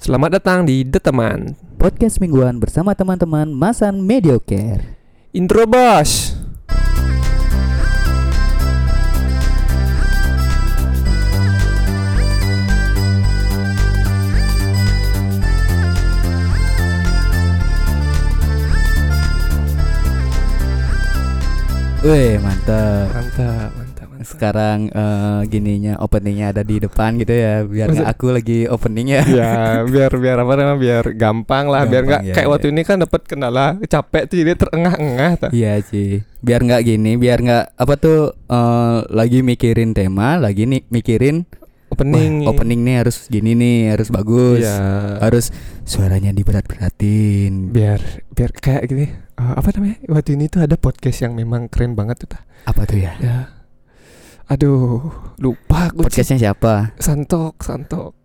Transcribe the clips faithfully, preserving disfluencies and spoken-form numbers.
Selamat datang di The Teman, podcast mingguan bersama teman-teman Masan Mediocare. Intro bos. Wih, mantap. Mantap, mantap, mantap. Sekarang uh, gininya openingnya ada di depan gitu ya, biar nggak aku lagi opening ya. Ya, biar biar apa namanya, biar gampang lah, Gampang, biar nggak ya, kayak ya. waktu ini kan dapat kendala capek tuh jadi terengah-engah tuh. Iya sih, biar nggak gini, biar nggak apa tuh uh, lagi mikirin tema, lagi nih mikirin Opening. wah, opening nih harus gini nih, harus bagus, Iya. harus suaranya diberat-beratin. Biar biar kayak gini. Uh, apa namanya? Waktu ini tuh ada podcast yang memang keren banget tuh. Tah. Apa tuh ya? Ya. Aduh, lupa aku. Podcastnya siapa? Santok, Santok.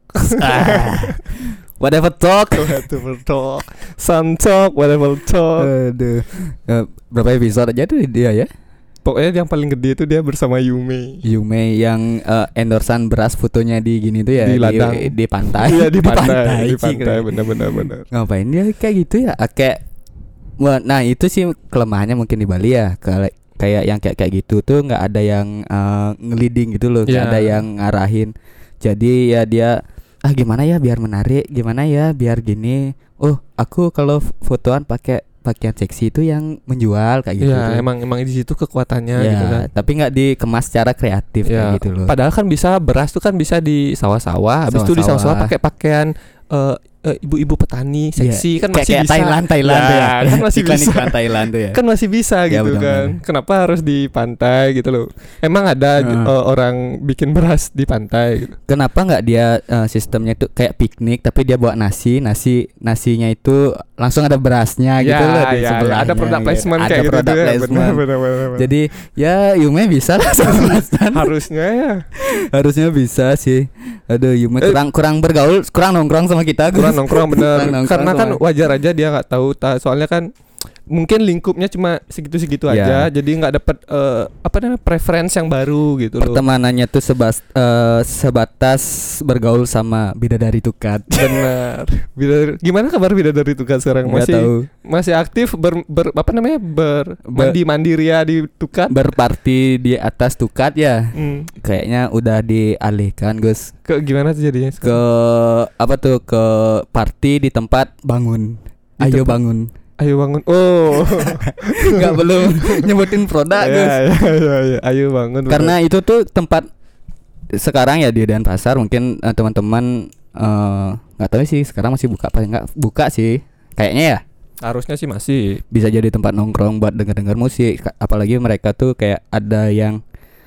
ah, whatever talk. Whatever talk. Santok, whatever talk. Aduh, uh, berapa episode aja tuh dia ya? Pokoknya yang paling gede itu dia bersama Yume. Yume yang uh, endorsan beras fotonya di gini tuh ya, Di ladang. di, di pantai. Iya di pantai, di Cik. pantai, benar-benar benar. Ngapain dia kayak gitu ya? Ah, Kayak wah, nah itu sih kelemahannya mungkin di Bali ya. Kayak kayak yang kayak kayak gitu tuh nggak ada yang uh, ngeliding gitu loh, nggak Yeah. ada yang ngarahin. Jadi ya dia ah gimana ya biar menarik, gimana ya biar gini. Oh, aku kalau fotoan pakai pakaian seksi itu yang menjual kayak gitu. Ya tuh. emang emang di situ kekuatannya ya, gitu kan. tapi nggak dikemas secara kreatif Ya, kayak gitu loh. padahal kan bisa beras tuh kan bisa di sawah-sawah. Habis itu di Sawah-sawah. sawah-sawah pakai pakaian uh, uh, ibu-ibu petani seksi Iya. kan Kayak- masih kayak bisa. Thailand Thailand Ya, tuh ya. kan masih bisa. Iklan-iklan Thailand tuh ya. Kan masih bisa Ya, gitu benar-benar. kan. Kenapa harus di pantai gitu loh? Emang ada Uh. uh, orang bikin beras di pantai gitu. Kenapa nggak dia uh, sistemnya itu kayak piknik tapi dia bawa nasi, nasi nasinya itu langsung ada berasnya gitu loh di ya, ya, sebelahnya. ada product gitu. placement Ada kayak gitu product tuh ya. placement. Benar, benar, benar, benar. Jadi ya Yume bisa lah sama Hasan. harusnya ya. Harusnya bisa sih. Aduh Yume Eh. kurang kurang bergaul, kurang nongkrong sama kita. Kurang nongkrong bener. Kurang nongkrong Karena kan sama- wajar aja dia nggak tahu. Ta- soalnya kan mungkin lingkupnya cuma segitu-segitu Ya. aja. Jadi nggak dapat eh, apa namanya preference yang baru gitu loh. Pertemanannya tuh sebas, eh, sebatas bergaul sama bidadari tukat. Benar. Bidadari- gimana kabar bidadari tukat sekarang? Nggak Masih tahu. masih aktif ber, ber- apa namanya ber Ber- mandi mandiria di tukat. Berparti di atas tukat ya. Hmm. Kayaknya udah dialihkan Gus Ke gimana tuh jadinya? ke apa tuh ke party di tempat bangun. Di Ayo tempat- bangun. Ayo bangun. Oh. Nggak belum nyebutin produk ya, Gus. ya, ya, ya. Ayo bangun. Karena itu tuh tempat sekarang ya di Denpasar mungkin eh, teman-teman eh, nggak tahu sih sekarang masih buka apa nggak buka sih kayaknya ya. harusnya sih masih. Bisa jadi tempat nongkrong buat denger-denger musik. Ka- apalagi mereka tuh kayak ada yang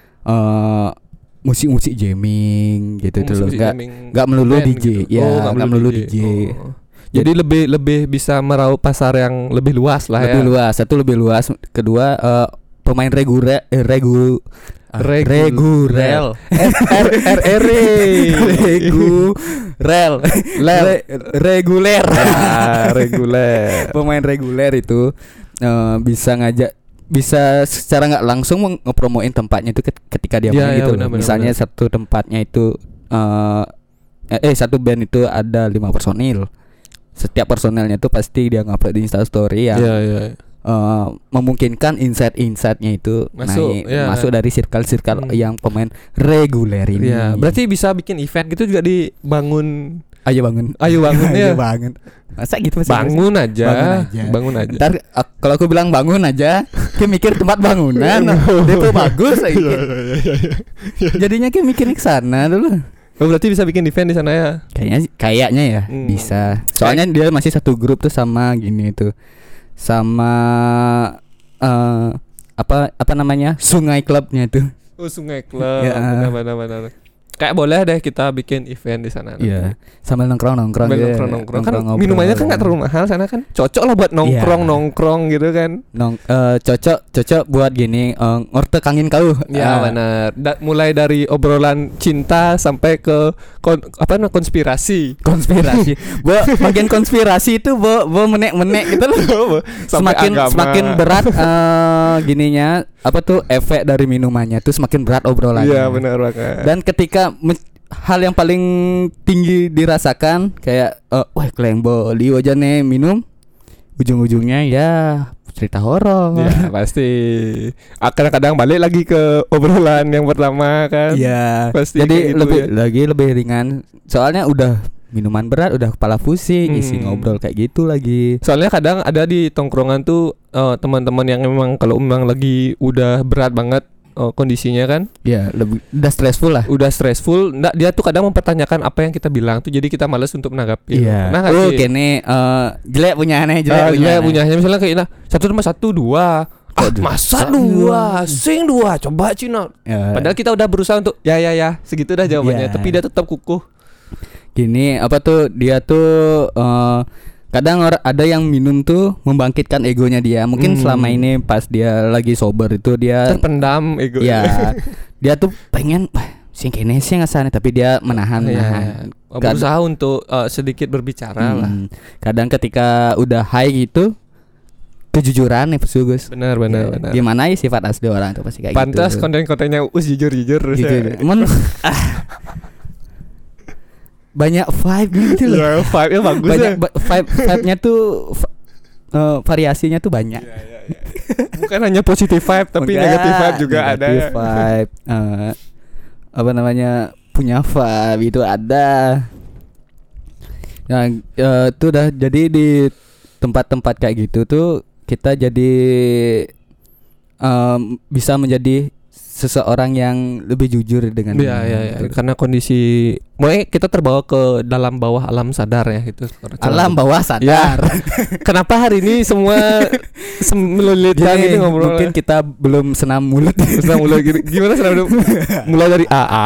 eh, musik-musik jamming gitu tuh loh. Musik-musik Nggak jamming nggak melulu band D J gitu. ya, Oh, nggak melulu D J. Oh. Jadi lebih lebih bisa meraup pasar yang lebih luas lah Lebih ya. luas, satu lebih luas. Kedua eh, pemain regure eh, regu ah, Regul- regurel R R R regu rel Re- reguler Ah, reguler. pemain reguler itu eh, bisa ngajak bisa secara nggak langsung meng- ngepromoin tempatnya itu ket- ketika dia Ya, main ya, gitu benar, loh. benar, Misalnya benar. satu tempatnya itu eh, eh eh, satu band itu ada lima personil. Setiap personelnya itu pasti dia ngupload di Instastory yang Iya, iya. eh, memungkinkan insight-insightnya itu Masuk, naik ya. masuk dari circle-circle Hmm. yang pemain reguler ini. Iya, berarti bisa bikin event gitu juga dibangun. ayo bangun. Ayo bangun ya. Ayo bangun. Masa gitu sih? Bangun aja. Bangun aja. Bangun aja. Ntar uh, kalau aku bilang bangun aja, kayak mikir tempat bangunan, depo bagus lagi. Jadinya kayak mikirnya ke sana dulu. Oh, berarti bisa bikin event di sana ya. Kayaknya kayaknya ya Hmm. bisa. Soalnya dia masih satu grup tuh sama gini tuh. Sama eh apa apa namanya? Sungai Clubnya tuh. Oh, Sungai Club. Ya. Benar-benar benar. Kayak boleh deh kita bikin event di sana. nanti. Iya. Sambil nongkrong-nongkrong Sambil gitu. nongkrong-nongkrong kan Nongkrong, minumannya kan ngobrol. nggak terlalu mahal sana kan. Cocok lah buat nongkrong-nongkrong gitu kan. Nong eh, cocok cocok buat gini eh, ngorte kangin kau. Ya Ah, benar. Da- mulai dari obrolan cinta sampai ke kon- apa namanya konspirasi. konspirasi. Bo bagian konspirasi itu bo bo menek-menek gitu loh. Sampai semakin agama. semakin berat eh, gininya apa tuh efek dari minumannya tuh semakin berat obrolannya. Iya benar banget. Dan ketika men- hal yang paling tinggi dirasakan kayak uh, wah kleng boli aja nih minum, ujung-ujungnya ya cerita horor. Ya pasti. Kadang-kadang balik lagi ke obrolan yang pertama kan. Iya. Pasti Jadi kayak gitu lebih ya. lagi lebih ringan. Soalnya udah minuman berat, udah kepala pusing, isi Hmm. ngobrol kayak gitu lagi. Soalnya kadang ada di tongkrongan tuh eh, teman-teman yang memang kalau memang lagi udah berat banget eh, kondisinya kan, Ya, lebih udah stressful lah. udah stressful, nggak dia tuh kadang mempertanyakan apa yang kita bilang tuh, jadi kita malas untuk menanggapi. Iya. Nah, nggak Oh, sih? kene eh, jelek punya aneh, jelek Ah, punya. jelek aneh. punyanya misalnya kayak nah, satu tambah satu dua. Ah, Aduh. masa Masa dua, dua? sing dua, coba Cina. Ya. Padahal kita udah berusaha untuk ya ya ya, segitu dah jawabannya, Ya. tapi dia tetap kukuh. Gini apa tuh dia tuh eh, kadang or- ada yang minum tuh membangkitkan egonya dia. Mungkin Hmm. selama ini pas dia lagi sober itu dia Terpendam ego. ya dia tuh pengen "Wah, sing kene sih ngasane," tapi dia menahan Iya, menahan. berusaha untuk eh, sedikit berbicara lah. Hmm. Kadang ketika udah high gitu kejujuran nih Gus. Benar benar Ya, benar. Gimana ya sifat asli orang tuh pasti kayak Pantas gitu. konten-kontennya us jujur-jujur terus Gitu. ya. Cuman ah, banyak vibe gitu loh. Ya, vibe-nya bagus Banyak ya. ba- vibe vibe-nya tuh v- eh, variasinya tuh banyak. Iya, iya, iya. Bukan hanya positive vibe tapi Enggak, negatif vibe juga ada. negative ya. vibe eh, apa namanya punya vibe itu ada. Nah, eh, itu udah jadi di tempat-tempat kayak gitu tuh kita jadi em, bisa menjadi seseorang yang lebih jujur dengan Iya iya iya. gitu. Karena kondisi mulai kita terbawa ke dalam bawah alam sadar ya gitu. Alam bawah Ya. sadar. Kenapa hari ini semua melulitkan Jadi gitu ngobrol? mungkin kita belum senam mulut. Senam mulai gini. Gimana senam dulu? Mulai dari A A.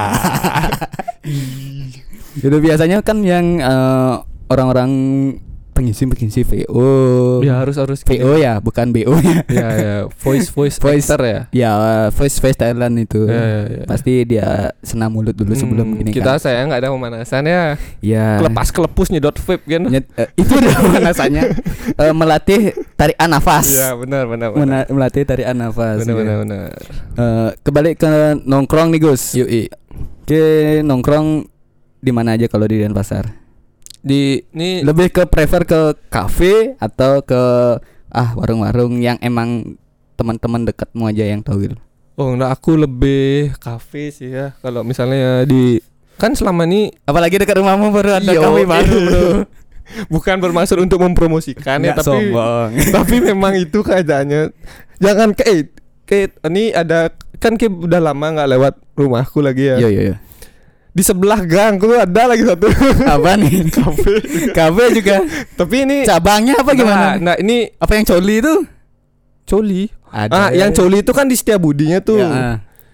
Itu biasanya kan yang eh, orang-orang pengisi-pengisi V O. Ya harus harus V O ya, bukan B O ya. Ya ya, voice voice Voice. actor ya. Ya, voice face talent itu. Ya, ya, ya. Pasti dia senam mulut dulu sebelum Hmm, gini kita kan. saya nggak ada pemanasan ya. Ya. Kelepas kelepus nyedot vape kan. Nyet- eh, itu udah pemanasannya eh, melatih tarikan nafas. Iya benar benar benar. Mena- melatih tarikan nafas. Benar ya. benar benar. Eh, kembali ke nongkrong nih Gus. Yui. Oke, nongkrong di mana aja kalau di Denpasar? Di ini Lebih ke prefer ke kafe atau ke ah warung-warung yang emang teman-teman dekatmu aja yang tahu gitu. oh enggak, aku lebih kafe sih ya. Kalau misalnya di kan selama ini Apalagi dekat rumahmu baru ada Yo, kafe baru, Bro. bukan bermaksud untuk mempromosikan ya, Nggak tapi sombong. tapi memang itu keadaannya. Jangan kayak kayak ini ada kan kayak udah lama nggak lewat rumahku lagi ya. Iya iya iya. Di sebelah gangku ada lagi satu Apa nih? kafe. Kafe juga. Tapi ini Cabangnya apa gimana? Nah, nah ini Apa yang coli itu? Coli. Ada. Ah, yang Coli itu kan di Setiabudinya tuh. Ya, ah.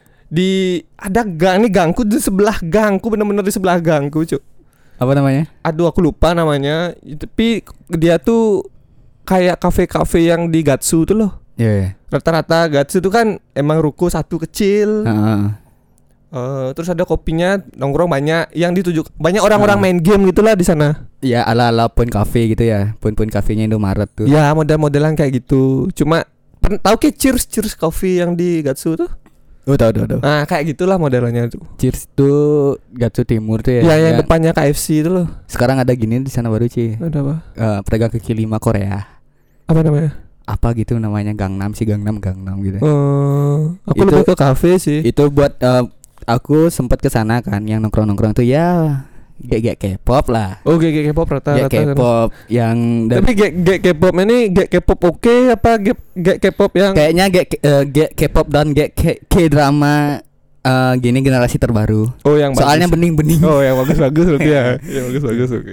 Di ada gang nih gangku di sebelah gangku bener-bener di sebelah gangku, Cuk. Apa namanya? Aduh aku lupa namanya. Tapi dia tuh kayak kafe-kafe yang di Gatsu tuh loh. Iya. Yeah. Rata-rata Gatsu tuh kan emang ruko satu kecil. Heeh. Eh, terus ada kopinya nongkrong banyak yang dituju banyak orang-orang Ah. main game gitulah di sana. Ya ala-ala point cafe gitu ya. Point-point kafenya Indomaret tuh. Ya model-modelan kayak gitu. Cuma pen- tahu kayak Cheers Cheers Coffee yang di Gatsu tuh? Oh, tahu tahu tahu. Nah kayak gitulah modelannya tuh. Cheers tuh Gatsu Timur tuh ya. Ya, yang Ya, depannya K F C itu loh. sekarang ada gini di sana baru Ci. Ada apa? Eh, pedagang kaki lima Korea. Apa namanya? Apa gitu namanya Gangnam sih Gangnam Gangnam gitu. Eh, aku Itu- lebih ke kafe sih. Itu buat eh, aku sempat ke sana kan yang nongkrong-nongkrong tuh ya gek-gek K-pop lah. Oh, G G K-pop Gek rata-rata. K-pop yang dan Tapi G G K-pop ini G K-pop oke apa G G K-pop yang kayaknya gek eh, gek K-pop dan gek K- K-drama eh, gini generasi terbaru. Oh, yang bagus. Soalnya bening-bening. Oh, yang bagus-bagus berarti ya. Yang bagus-bagus oke.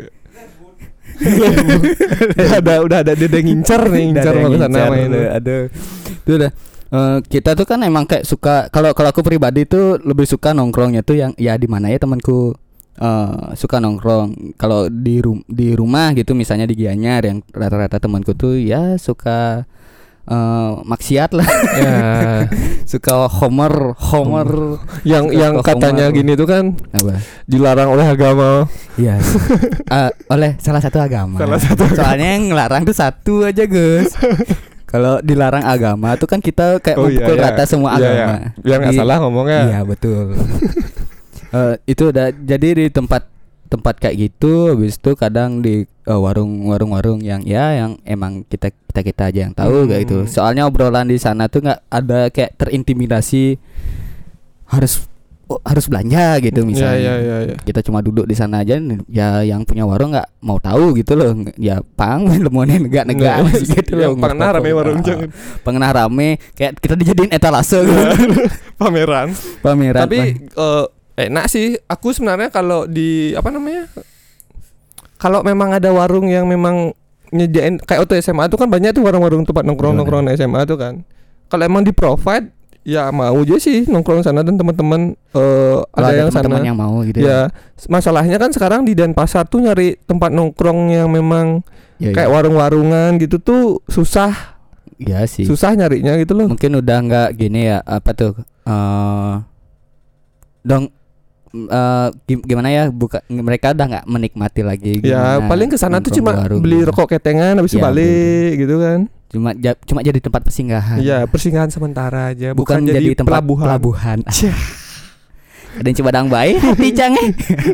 udah ada udah ada dia ngincer nih, ngincer mau ke sana main. Aduh. Itu udah eh, kita tuh kan emang kayak suka kalau kalau aku pribadi tuh lebih suka nongkrongnya tuh yang ya di mana ya temanku eh, suka nongkrong. Kalau di rum- di rumah gitu misalnya di Gianyar yang rata-rata temanku tuh ya suka eh, maksiat lah. Ya, Suka homer homer yang Suka yang ke katanya Homer. gini tuh kan apa? dilarang oleh agama. Iya. Eh, oleh salah satu agama. Salah satu agama. Soalnya yang ngelarang tuh satu aja, Gus. Kalau dilarang agama tuh kan kita kayak Oh, iya, memukul iya. rata semua Iya, agama. iya. Biar nggak Di- salah ngomongnya. Iya, betul. Uh, itu udah jadi di tempat tempat kayak gitu, habis itu kadang di uh, warung-warung-warung yang ya yang emang kita kita kita aja yang tahu hmm. kayak gitu. Soalnya obrolan di sana tuh nggak ada kayak terintimidasi harus oh, harus belanja gitu misalnya. Ya, ya, ya, ya. Kita cuma duduk di sana aja, ya yang punya warung nggak mau tahu gitu loh. Ya pang lemonin negak-negak gitu loh. Pengena rame warung jangan. Pengena rame kayak kita dijadiin etalase gitu. Pameran. Pameran. Tapi uh, enak sih. Aku sebenarnya kalau di apa namanya? Kalau memang ada warung yang memang nyediain kayak waktu S M A tuh kan banyak tuh warung-warung tempat nongkrong-nongkrong S M A tuh kan. Kalau emang di provide ya mau aja sih nongkrong sana dan teman-teman uh, ada, ada yang teman-teman sana yang mau gitu ya. Ya. Masalahnya kan sekarang di Denpasar tuh nyari tempat nongkrong yang memang ya, kayak ya. warung-warungan gitu tuh susah. Iya sih. Susah nyarinya gitu loh. Mungkin udah nggak gini ya apa tuh? Uh, dong uh, gimana ya buka mereka udah nggak menikmati lagi ya paling kesana tuh cuma beli gitu. Rokok ketengan habis ya, balik betul. Gitu kan cuma ja, cuma jadi tempat persinggahan ya persinggahan sementara aja bukan, bukan jadi, jadi tempat pelabuhan, pelabuhan. Ada yang coba dang baik hati canggih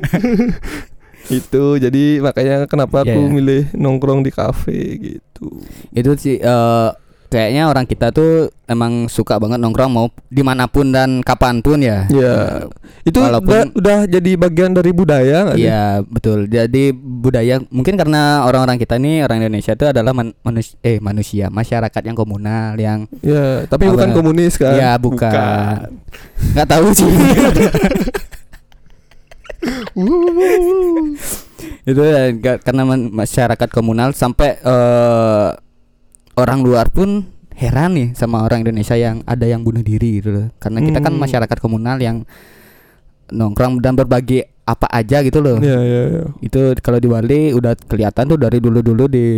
itu jadi makanya kenapa yeah, aku yeah. milih nongkrong di kafe gitu itu sih uh, kayaknya orang kita tuh emang suka banget nongkrong mau dimanapun dan kapanpun ya. Iya. Itu walaupun, udah, udah jadi bagian dari budaya. Iya betul. Jadi budaya mungkin karena orang-orang kita ini orang Indonesia itu adalah man, manus, eh manusia masyarakat yang komunal yang. Iya. Tapi bukan komunis kan? Iya bukan. bukan. Nggak tahu sih. Itu ya, karena masyarakat komunal sampai. Uh, Orang luar pun heran nih sama orang Indonesia yang ada yang bunuh diri gitu loh. Karena kita kan masyarakat komunal yang nongkrong dan berbagi apa aja gitu loh. Iya iya iya. Itu kalau di Bali udah kelihatan tuh dari dulu-dulu di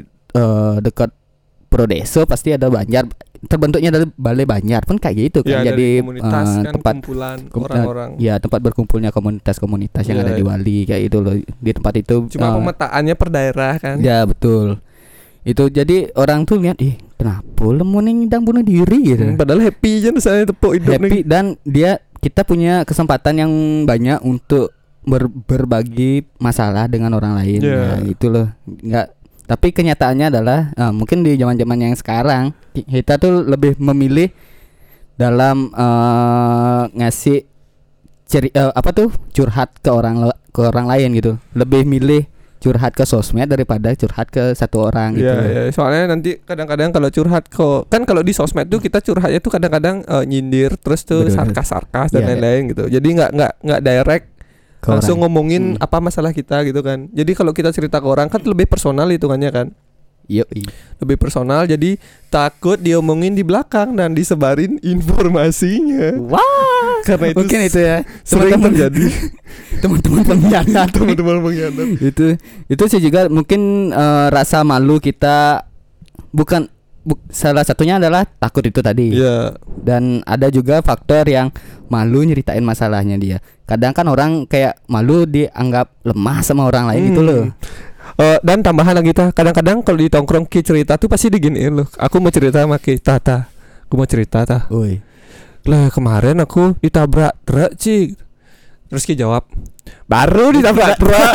uh, dekat Prodeso pasti ada banjar. Terbentuknya dari Balai Banjar pun kayak gitu kan. Ya, jadi komunitas uh, kan tempat kumpulan kom- orang-orang. Ya tempat berkumpulnya komunitas-komunitas yang ya, ada di Bali kayak itu loh. Di tempat itu cuma uh, pemetaannya per daerah kan. Ya betul. Itu jadi orang tuh lihat ih kenapa lemu nih ndang bunuh diri gitu. Hmm, padahal happy aja saya tepuk hidup happy nih. Dan dia kita punya kesempatan yang banyak untuk ber, berbagi masalah dengan orang lain. Yeah. Ya, itu loh. Enggak tapi kenyataannya adalah uh, mungkin di zaman-zaman yang sekarang kita tuh lebih memilih dalam uh, ngasih ceri, uh, apa tuh curhat ke orang ke orang lain gitu. Lebih milih curhat ke sosmed daripada curhat ke satu orang gitu. Iya, ya. Soalnya nanti kadang-kadang kalau curhat kok kan kalau di sosmed tuh kita curhatnya tuh kadang-kadang uh, nyindir terus tuh betul, sarkas-sarkas dan ya, lain-lain ya. Gitu. Jadi nggak nggak nggak direct ke langsung orang. Ngomongin hmm. apa masalah kita gitu kan. Jadi kalau kita cerita ke orang kan lebih personal hitungannya kan. Iya. Lebih personal jadi takut diomongin di belakang dan disebarin informasinya. Wah. Karena itu mungkin itu ya sering terjadi. Teman-teman pengkhianat, teman-teman pengkhianat. itu itu sih juga mungkin uh, rasa malu kita bukan bu, salah satunya adalah takut itu tadi. Iya. Dan ada juga faktor yang malu nyeritain masalahnya dia. Kadang kan orang kayak malu dianggap lemah sama orang lain hmm. gitu loh. Uh, dan tambahan lagi ta, kadang-kadang kalau di tongkrong Ki cerita tuh pasti diginiin loh. Aku mau cerita sama Ki, Tata. Aku mau cerita ta. Oi. Lah kemarin aku ditabrak truk, Ci. Terus Ki jawab, baru ditabrak truk.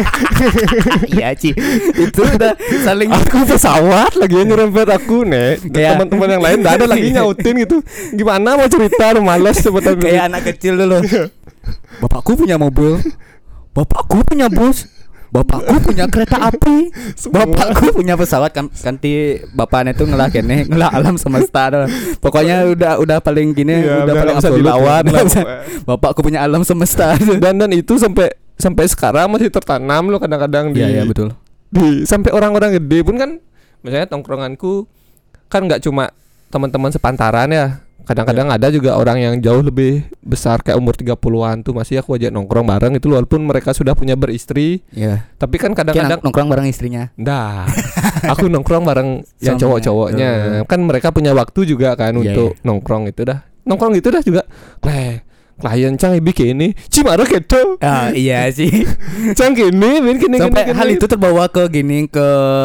Iya, Ci. Itu udah saling aku pesawat lagi nyerempet aku, Nek. Teman-teman yang lain enggak ada lagi nyautin gitu. Gimana mau cerita, males cepetan. Kayak anak kecil dulu. Bapakku punya mobil. Bapakku punya bus. Bapakku punya kereta api. Bapakku punya pesawat kan ganti bapaknya tuh ngelah kene ngelah alam semesta dah. Pokoknya udah udah paling gini ya, udah paling bisa dilawan lah. Bapakku punya alam semesta. Dan dan itu sampai sampai sekarang masih tertanam loh kadang-kadang di ya, ya, betul. Di sampai orang-orang gede pun kan misalnya tongkronganku kan enggak cuma teman-teman sepantaran ya. Kadang-kadang ya. Ada juga orang yang jauh lebih besar kayak umur tiga puluhan tuh masih aku ajak nongkrong bareng itu walaupun mereka sudah punya beristri. Iya. Tapi kan kadang-kadang nongkrong bareng istrinya. Nah, aku nongkrong bareng yang cowok-cowoknya. Kan mereka punya waktu juga kan ya, untuk ya. Nongkrong itu dah. Nongkrong itu dah juga. Kleh, klien cang bikin ini cimara gitu. Ah, iya sih. Cang gini, bikin gini. Sampai gini, hal gini. Itu terbawa ke gini ke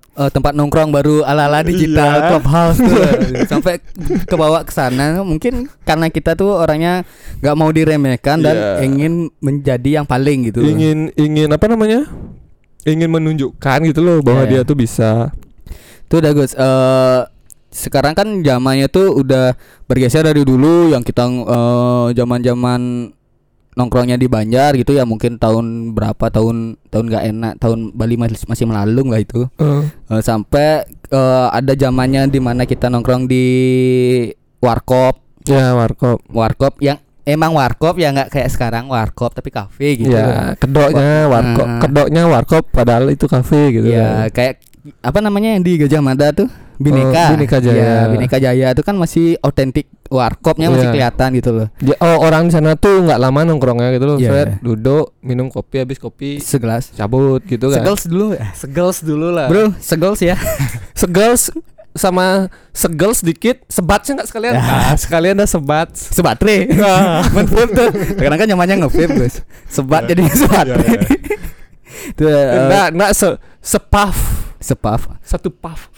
uh, tempat nongkrong baru ala-ala digital Iya. Clubhouse tuh. Sampai kebawa ke sana mungkin karena kita tuh orangnya nggak mau diremehkan dan Iya. ingin menjadi yang paling gitu. ingin ingin apa namanya? Ingin menunjukkan gitu loh bahwa Iya, dia iya. tuh bisa. Tuh udah Gus. Eh, sekarang kan zamannya tuh udah bergeser dari dulu yang kita eh, zaman-zaman nongkrongnya di Banjar gitu ya, mungkin tahun berapa tahun tahun nggak enak, tahun Bali masih masih melalung lah itu. Uh, Eh, sampai eh, ada zamannya di mana kita nongkrong di warkop, ya warkop. warkop yang emang warkop ya, nggak kayak sekarang warkop tapi kafe gitu. Ya, kedoknya warkop, Nah. kedoknya warkop padahal itu kafe gitu. Ya kan. kayak apa namanya yang di Gajah Mada tuh, Bineka. Oh, Bineka Jaya. Ya, Bineka Jaya itu kan masih otentik, warkopnya masih Iya. kelihatan gitu loh. Dia- oh, orang di sana tuh nggak lama nongkrongnya gitu loh. Iya. Fred duduk minum kopi, habis kopi Segelas. cabut gitu kan. Segels dulu ya. Segels dulu lah. Bro, segels ya. Segels sama segel sedikit, sebat sih nggak sekalian? Ya. Ah, sekalian dah sebat. Sebatre. Mantap tuh. Kadang kan nyamannya nge-vape, Guys. Sebat jadi sebatre. Iya, iya. Tuh, eh, Nggak, nggak se sepaf, sepaf. satu puff.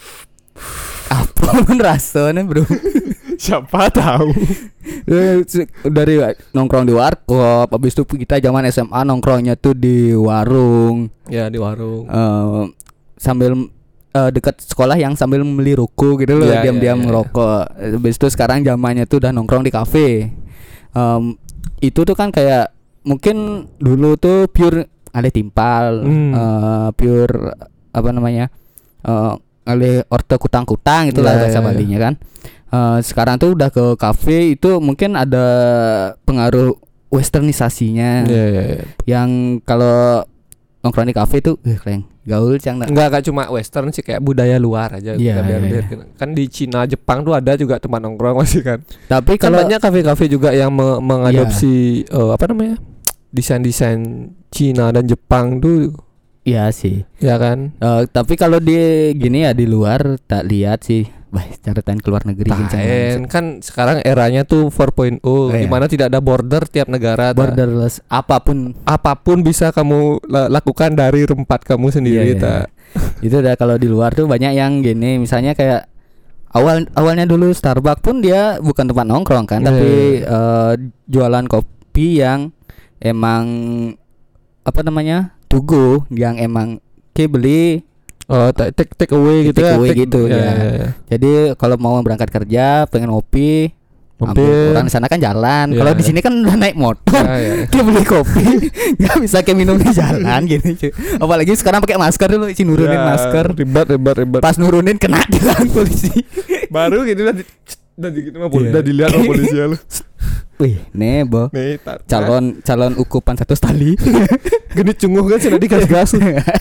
Apa pun rasanya, Bro. Siapa tahu. Eh, se- Dari nongkrong di warkop, habis itu kita zaman S M A nongkrongnya tuh di warung. Ya di warung. eh, sambil eh, dekat sekolah yang sambil beli rokok gitu loh, Iya, diam-diam iya, iya. ngerokok. Habis itu sekarang zamannya tuh udah nongkrong di kafe. Em, itu tuh kan kayak mungkin dulu tuh pure ale timpal, Hmm. eh, pure apa namanya? Eh, ale orte kutang-kutang itulah Iya, bahasa iya, iya. Balinya kan. Eh, sekarang tuh udah ke kafe itu mungkin ada pengaruh westernisasinya Iya, iya, iya. yang kalau nongkrong di kafe tuh eh keren gaul cang dah. Enggak, enggak cuma western sih, kayak budaya luar aja. Iya, Biar- iya, biar- iya. Kan di Cina, Jepang tuh ada juga tempat nongkrong masih kan. Tapi Kan kalau banyak kafe-kafe juga yang me- mengadopsi eh, apa namanya? Desain-desain Cina dan Jepang tuh, iya sih. ya kan? Eh, tapi kalau di gini ya di luar tak lihat sih. Wah, catatan ke luar negeri kencang Taen banget. kan sekarang eranya tuh empat titik nol, iya. di mana tidak ada border tiap negara. Ta. Borderless apapun. Apapun bisa kamu la- lakukan dari tempat kamu Iya, sendiri. iya. Ta. Itu udah kalau di luar tuh banyak yang gini, misalnya kayak awal awalnya dulu Starbucks pun dia bukan tempat nongkrong kan, Iya, tapi iya. eh, jualan kopi yang emang apa namanya? to go, yang emang ke beli. Oh, ta- take take away gitu Take ya. away take- gitu, ya, ya. ya, ya. Jadi kalau mau berangkat kerja pengen ngopi, Ngopi. ambil- orang di sana kan jalan. Iya, Kalau di iya. sini kan udah naik motor. Ya, ya. Dia beli kopi, nggak bisa kayak minum di jalan gitu. cuy. Apalagi sekarang pakai masker dulu, isi nurunin Ya, masker. Ribet, ribet, ribet. Pas nurunin kena tilang polisi. Baru gitu udah di, udah di, gitu, mah pol- Iya. udah dilihat sama polisi ya lu. Wih, nebo. Nih, tar- Calon calon ukupan satu tali. gini cunguh kan sih tadi gas-gas.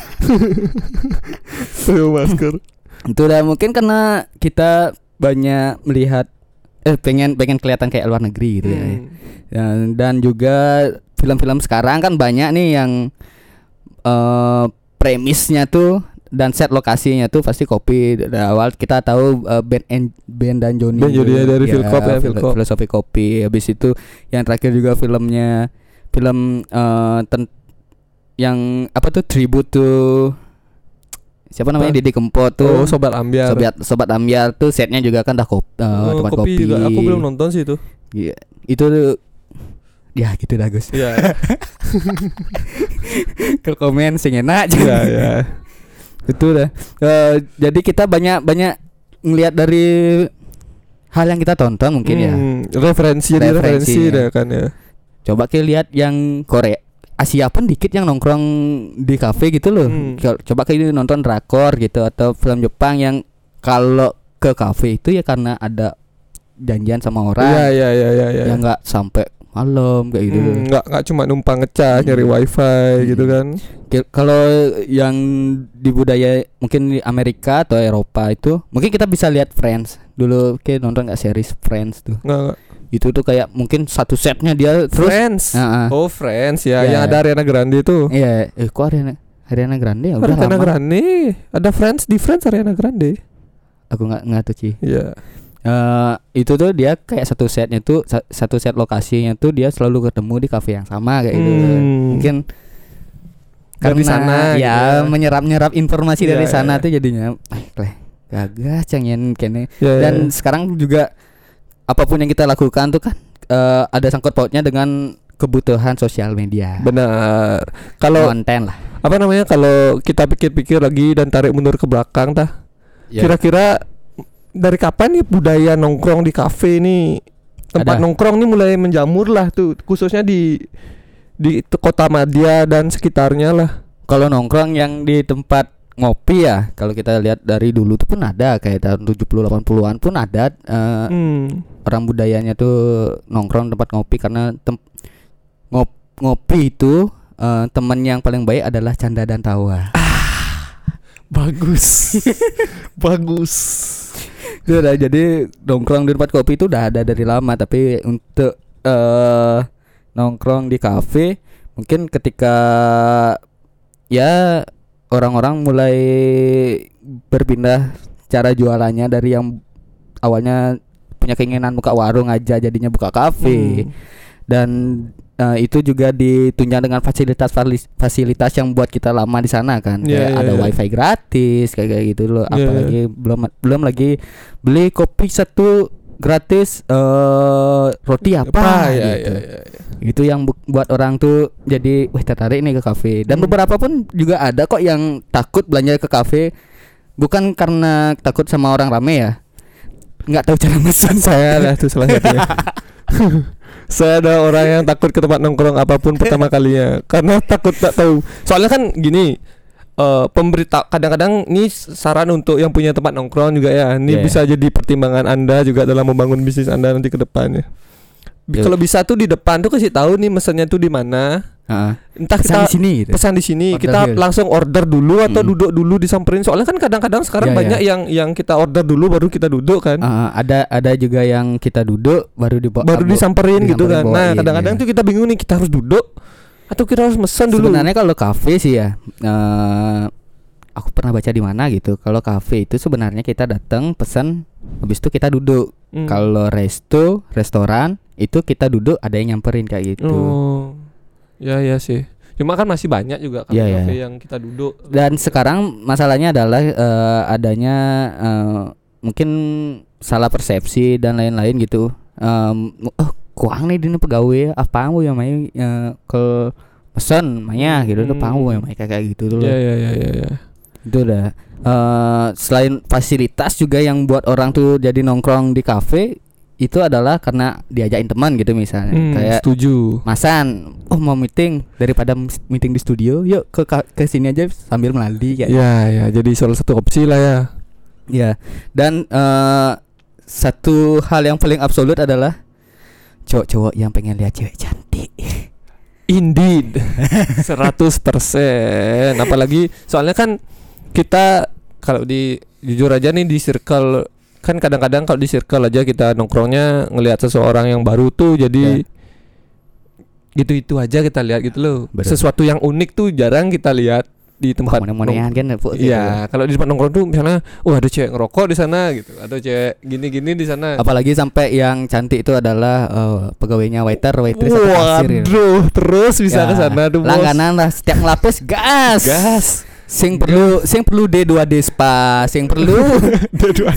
Tuh masker. Itu udah mungkin karena kita banyak melihat eh pengen pengen kelihatan kayak luar negeri gitu ya. Hmm. Dan, dan juga film-film sekarang kan banyak nih yang eh premisnya tuh dan set lokasinya tuh pasti kopi. Dari awal kita tahu eh, Ben and Ben dan Johnny. Ben Johnny ya, dari Philcop ya, fil- Philcop. Filosofi kopi. Habis itu yang terakhir juga filmnya film eh ten- yang apa tuh tribute tuh siapa namanya Apa? Didi Kempot tuh. Oh, Sobat Ambiar. Sobat Sobat Ambiar tuh setnya juga kan dah kop, eh, Oh, tempat kopi, kopi. juga. Aku belum nonton sih itu. Iya, itu tuh ya gitu dah Gus. Iya. Ke komen sing enak Iya, iya. Itu dah. Eh, jadi kita banyak banyak ngelihat dari hal yang kita tonton mungkin ya. Hmm, referensi jadi referensi Referensinya. dah kan ya. Coba kita lihat yang Korea, Asia pun dikit yang nongkrong di kafe gitu loh. Hmm. Co- Coba kita nonton drakor gitu atau film Jepang yang kalau ke kafe itu ya karena ada janjian sama orang. Iya, iya, iya, iya, iya. Yang nggak sampai malam kayak gitu. Hmm, nggak nggak cuma numpang ngecas, Hmm. nyari wifi Hmm. gitu kan. Ki- Kalau yang di budaya mungkin di Amerika atau Eropa itu mungkin kita bisa lihat Friends dulu, kayak nonton nggak series Friends tuh. Nggak, nggak. Itu tuh kayak mungkin satu setnya dia terus. Friends. Nah, ah. Oh, Friends ya, Ya. yang ada Ariana Grande tuh. Iya, eh kok Ariana Ariana Grande ya udah Ariana lama. Grande, ada Friends di Friends Ariana Grande. Aku nggak nggak tuh Ci. Iya. Eh, itu tuh dia kayak satu setnya tuh sa- satu set lokasinya tuh dia selalu ketemu di kafe yang sama kayak gitu. Hmm. Mungkin dari sana ya gitu. menyerap-nyerap informasi Iya, dari iya, sana iya. tuh jadinya eh kleh gagah cengen kene. Iya, Dan iya. sekarang juga apapun yang kita lakukan tuh kan eh, ada sangkut pautnya dengan kebutuhan sosial media. Benar. Kalau Konten lah. apa namanya, kalau kita pikir-pikir lagi dan tarik mundur ke belakang tah, Ya. kira-kira dari kapan nih budaya nongkrong di kafe ini, tempat Ada. nongkrong nih mulai menjamur lah tuh, khususnya di di t- kota Madia dan sekitarnya lah. Kalau nongkrong yang di tempat ngopi ya, kalau kita lihat dari dulu tuh pun ada kayak tahun tujuh puluh delapan puluhan pun ada eh, Hmm. orang budayanya tuh nongkrong tempat ngopi karena tem- ngop ngopi itu eh, teman yang paling baik adalah canda dan tawa. Bagus. Bagus. Itu udah jadi nongkrong di tempat kopi itu udah ada dari lama, tapi untuk eh nongkrong di kafe mungkin ketika ya orang-orang mulai berpindah cara jualannya dari yang awalnya punya keinginan buka warung aja jadinya buka kafe. Hmm. Dan eh, itu juga ditunjang dengan fasilitas fasilitas yang buat kita lama di sana kan. Iya, Kayak iya, ada iya. wifi gratis kayak kayak gitu loh. Iya. Apalagi belum belum lagi beli kopi satu gratis eh roti apa, Apa ya, gitu. ya, ya, ya. Itu yang bu- buat orang tuh jadi wah tertarik nih ke kafe. Dan Hmm. beberapa pun juga ada kok yang takut belanja ke kafe bukan karena takut sama orang rame ya. Nggak tahu cara mesen. Saya lah itu salah satunya. Saya ada orang yang takut ke tempat nongkrong apapun pertama kalinya karena takut tak tahu. Soalnya kan gini, eh pemberita kadang-kadang ini saran untuk yang punya tempat nongkrong juga ya. Ini Yeah. bisa jadi pertimbangan Anda juga dalam membangun bisnis Anda nanti ke depannya. Yeah. Kalau bisa tuh di depan tuh kasih tahu nih mesennya tuh di mana. Heeh. Entah Pesan kita di sini gitu. pesan di sini, Order kita here. langsung order dulu atau Mm. duduk dulu disamperin. Soalnya kan kadang-kadang sekarang Ya, banyak yang yang kita order dulu baru kita duduk kan. Uh, ada ada juga yang kita duduk baru dibawa Baru disamperin gitu kan. disamperin, Nah, bawain, kadang-kadang ya. tuh kita bingung nih, kita harus duduk atau kita harus mesen dulu. Sebenarnya kalau kafe sih ya eh, aku pernah baca di mana gitu. Kalau kafe itu sebenarnya kita datang pesan habis itu kita duduk. Hmm. Kalau resto, restoran itu kita duduk ada yang nyamperin kayak gitu. Oh. Ya ya sih. Cuma kan masih banyak juga Iya, iya. kafe yang kita duduk. Dan sekarang masalahnya adalah eh, adanya eh, mungkin salah persepsi dan lain-lain gitu. Um, oh kurang nih dini pegawai apa mau yang main eh, ke pesan mainnya gitu tuh Hmm. panggung yang main kayak gitu loh. Ya ya ya ya ya. Itu udah eh, selain fasilitas juga yang buat orang tuh jadi nongkrong di kafe itu adalah karena diajakin teman gitu misalnya. Hmm, Kayak setuju. Masan, oh mau meeting daripada ms- meeting di studio, yuk ke ka- ke sini aja sambil meladi kayak. Ya ya, jadi salah satu opsi lah ya. Ya. Dan eh, satu hal yang paling absolut adalah cowok-cowok yang pengen lihat cewek cantik. Indeed. seratus persen. Apalagi soalnya kan kita kalau di jujur aja nih di circle, kan kadang-kadang kalau di circle aja kita nongkrongnya ngelihat seseorang yang baru tuh jadi gitu-itu aja kita lihat gitu loh. Bener. Sesuatu yang unik tuh jarang kita lihat di tempat Monean kan Bu, gitu. Iya, kalau di tempat nongkrong tuh misalnya, wah ada cewek ngerokok di sana gitu, ada cewek gini-gini di sana. Apalagi sampai yang cantik itu adalah eh, pegawainya waiter, waitress atau kasir gitu. Waduh, terus bisa Ya, ke sana tuh bos. langganan lah setiap ngelapis gas. Gas. Sing perlu sing perlu D dua D spa, sing perlu Dua-dua.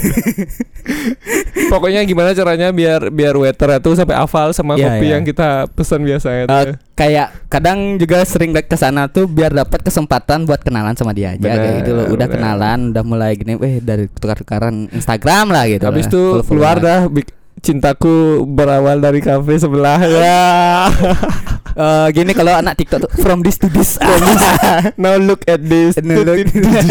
Pokoknya gimana caranya biar biar waiter itu sampai hafal sama Iya, kopi iya. yang kita pesan biasanya tuh. eh, kayak kadang juga sering ke sana tuh biar dapat kesempatan buat kenalan sama dia aja Bener, kayak gitu loh. Udah bener. kenalan, udah mulai gini, eh dari tukar-tukaran Instagram lah gitu. Habis lah. itu Follow-followan. keluar dah bik- cintaku berawal dari kafe sebelah ya. Eh, gini kalau anak TikTok tuh from this to this. Now look at this. Now look-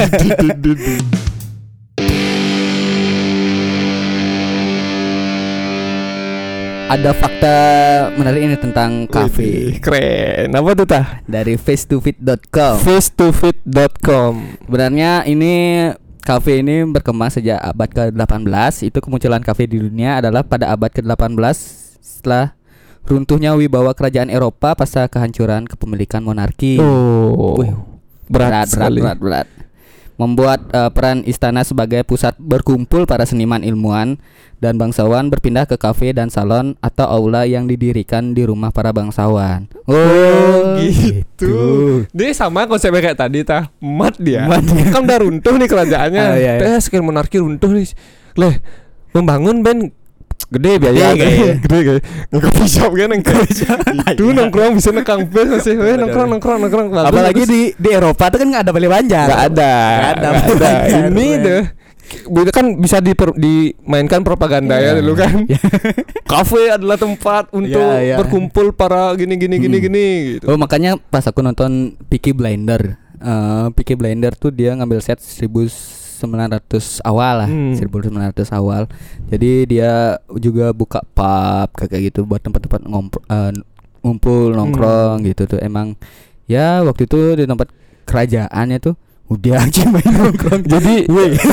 Ada fakta menarik ini tentang kafe Wih, keren. Apa tuh tah? dari face to fit dot com. face to fit dot com. Sebenarnya ini kafe ini berkembang sejak abad ke delapan belas. Itu kemunculan kafe di dunia adalah pada abad ke delapan belas setelah runtuhnya wibawa kerajaan Eropa pasca kehancuran kepemilikan monarki. Oh. Wih, berat, berat, berat, sekali. berat, berat. membuat uh, peran istana sebagai pusat berkumpul para seniman, ilmuwan, dan bangsawan berpindah ke kafe dan salon atau aula yang didirikan di rumah para bangsawan. Oh, gitu. Dia sama konsepnya kayak tadi tah. Mat dia. Mat dia. Kan udah runtuh nih kerajaannya. Oh, iya, iya. Tes kan monarki runtuh nih. Leh, membangun ben gede biaya Gede, gede gede gede nge-coffee shop kan itu nongkrong bisa nekang bus masih weh nongkrong nongkrong nongkrong bagus, apalagi bagus. di di Eropa tuh kan nggak ada beli banjar. Nggak ada Nggak ada, nggak ada. banjar, Ini men. deh itu kan bisa diper, dimainkan propaganda ya dulu kan. Kafe adalah tempat untuk Yeah, yeah. berkumpul para gini gini gini Hmm. gini gitu. Oh makanya pas aku nonton Peaky Blinder, uh, Peaky Blinder tuh dia ngambil set seribu sembilan ratus awal lah, Hmm. seribu sembilan ratus awal. Jadi dia juga buka pub kayak gitu buat tempat-tempat ngompro- uh, ngumpul nongkrong Hmm. gitu tuh. Emang ya waktu itu di tempat kerajaannya tuh udah aja main nongkrong. Jadi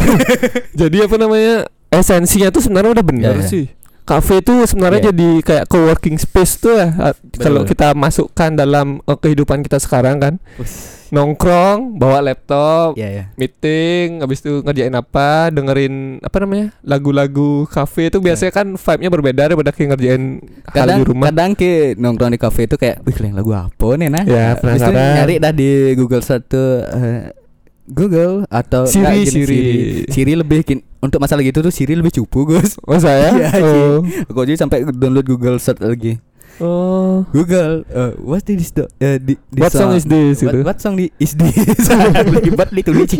jadi apa namanya esensinya tuh sebenarnya udah benar Ya, ya. sih. Kafe itu sebenarnya Ya. jadi kayak co-working space tuh ya. Kalau kita masukkan dalam uh, kehidupan kita sekarang kan. Nongkrong, bawa laptop, Ya ya. meeting, habis itu ngerjain apa, dengerin apa namanya lagu-lagu kafe itu biasanya kan vibe-nya berbeda daripada kayak ngerjain hal Kadang di rumah. kadang ke nongkrong di kafe itu kayak, wih kalian lagu apa nih nah? Ya, Habis itu penasaran. nyari dah di Google search tuh eh, Google atau Siri, enggak, gini, Siri. Siri Siri lebih kin- untuk masalah gitu tuh Siri lebih cupu Gus. Oh saya? Iya, oh. Aku aja sampai download Google search lagi. oh. Google, uh, what is this? Do- uh, di, this What song is this, What, gitu? what song di, is this? Libat ditulis.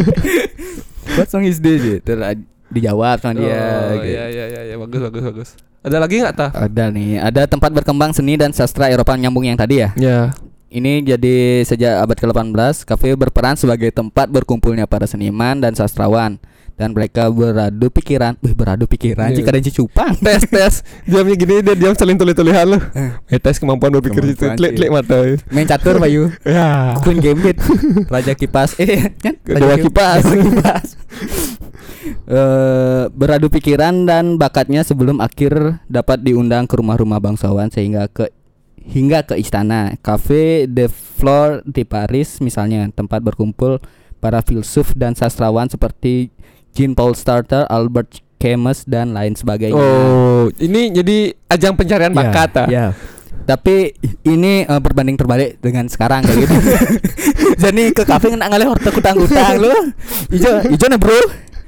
What song is this? Gitu. Dijawab sama dia. Oh, gitu. iya iya iya ya, bagus bagus bagus. Ada lagi nggak tah? Ada nih, ada tempat berkembang seni dan sastra Eropa nyambung yang tadi ya. Ya. Ini jadi sejak abad ke delapan belas, kafe berperan sebagai tempat berkumpulnya para seniman dan sastrawan. Dan mereka beradu pikiran. Wih, beradu pikiran. Iya. Jika ada cupang. Tes tes diamnya gini dia diam saling tulis-tulisan lu. Eh tes kemampuan berpikir itu Kemampuan, klik iya. klik mata. Main catur Bayu. Ya. Queen Gambit. Raja Kipas. Eh, kan? Dewa Kipas. Dewa Kipas. Eh, beradu pikiran dan bakatnya sebelum akhir dapat diundang ke rumah-rumah bangsawan sehingga ke hingga ke istana. Cafe de Flore di Paris misalnya, tempat berkumpul para filsuf dan sastrawan seperti Jean-Paul Sartre, Albert Camus dan lain sebagainya. Oh, ini jadi ajang pencarian bakat ah. Ya. Tapi ini uh, berbanding terbalik dengan sekarang kayak gitu. Jadi ke kafe nggak ngalih horta kutang-kutang lu. Ijo, ijo nih bro.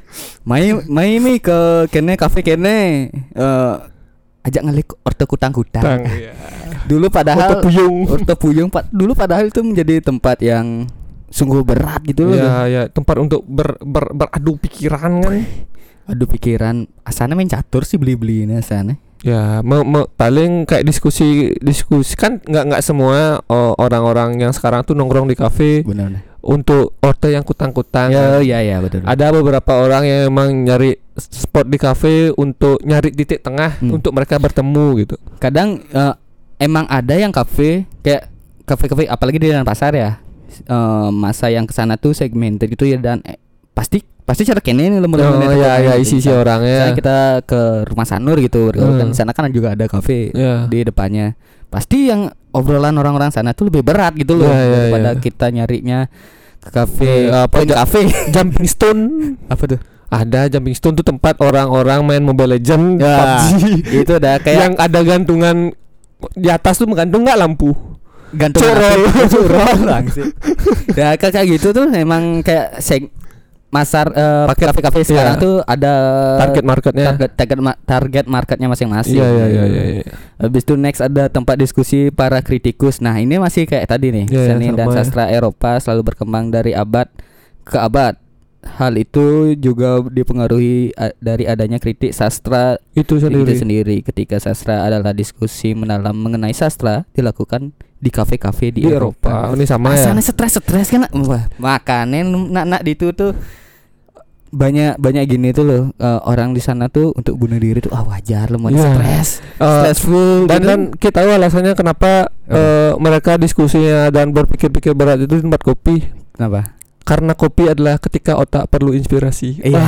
Mai mai mi ke kene kafe kene uh, ajak ngalih horta kutang-kutang. Tang, iya. Dulu padahal Horta puyung. Horta puyung pa, dulu padahal itu menjadi tempat yang sungguh berat gitu loh. Ya ya, tempat untuk ber, ber, beradu pikiran kan. Aduh pikiran, asana main catur sih beli-beli ini asana. Ya, me, me, paling kayak diskusi diskusi kan nggak nggak semua oh, orang-orang yang sekarang tuh nongkrong di kafe Benar. untuk order yang kutang-kutang. Ya ya ya betul. Ada beberapa orang yang emang nyari spot di kafe untuk nyari titik tengah Hmm. untuk mereka bertemu gitu. Kadang eh, emang ada yang kafe kayak kafe-kafe apalagi di Denpasar ya. Eh, masa yang kesana tuh segmented gitu ya dan eh, pasti pasti cara kene nih lemur Oh ya ya isi-isi orangnya. Misalnya kita ke rumah Sanur gitu bergaul kan Hmm. di sana kan juga ada kafe Ya. di depannya. Pasti yang obrolan orang-orang sana tuh lebih berat gitu loh Ya, ya, daripada ya. kita nyarinya ke kafe Eh, apa, point ja- cafe. Jumping Stone. Apa tuh? Ada Jumping Stone tuh tempat orang-orang main Mobile Legend, Ya, P U B G. itu udah kayak Yang ada gantungan di atas tuh menggantung nggak lampu. gantung Curol. curol langsung. Ya kayak kayak gitu tuh emang kayak seg masar eh, Paket, kafe-kafe sekarang iya. tuh ada Target marketnya. target target, ma- target marketnya masing-masing. Iya iya iya iya. iya. Habis itu next ada tempat diskusi para kritikus. Nah, ini masih kayak tadi nih, Iya, iya, seni dan sama ya. sastra Eropa selalu berkembang dari abad ke abad. Hal itu juga dipengaruhi a- dari adanya kritik sastra Itu itu sendiri. sendiri. Ketika sastra adalah diskusi mendalam mengenai sastra dilakukan di kafe-kafe di, Di Eropa. Oh, ini sama ya. Asana stres-stres kan. Wah, makanan nak-nak di itu tuh banyak banyak gini tuh loh eh, orang di sana tuh untuk bunuh diri tuh ah wajar loh mau Iya. stres. Eh, Stressful Dan gitu. kan kita tahu alasannya kenapa eh, mereka diskusinya dan berpikir-pikir berat itu di tempat kopi. Kenapa? Karena kopi adalah ketika otak perlu inspirasi. Iya.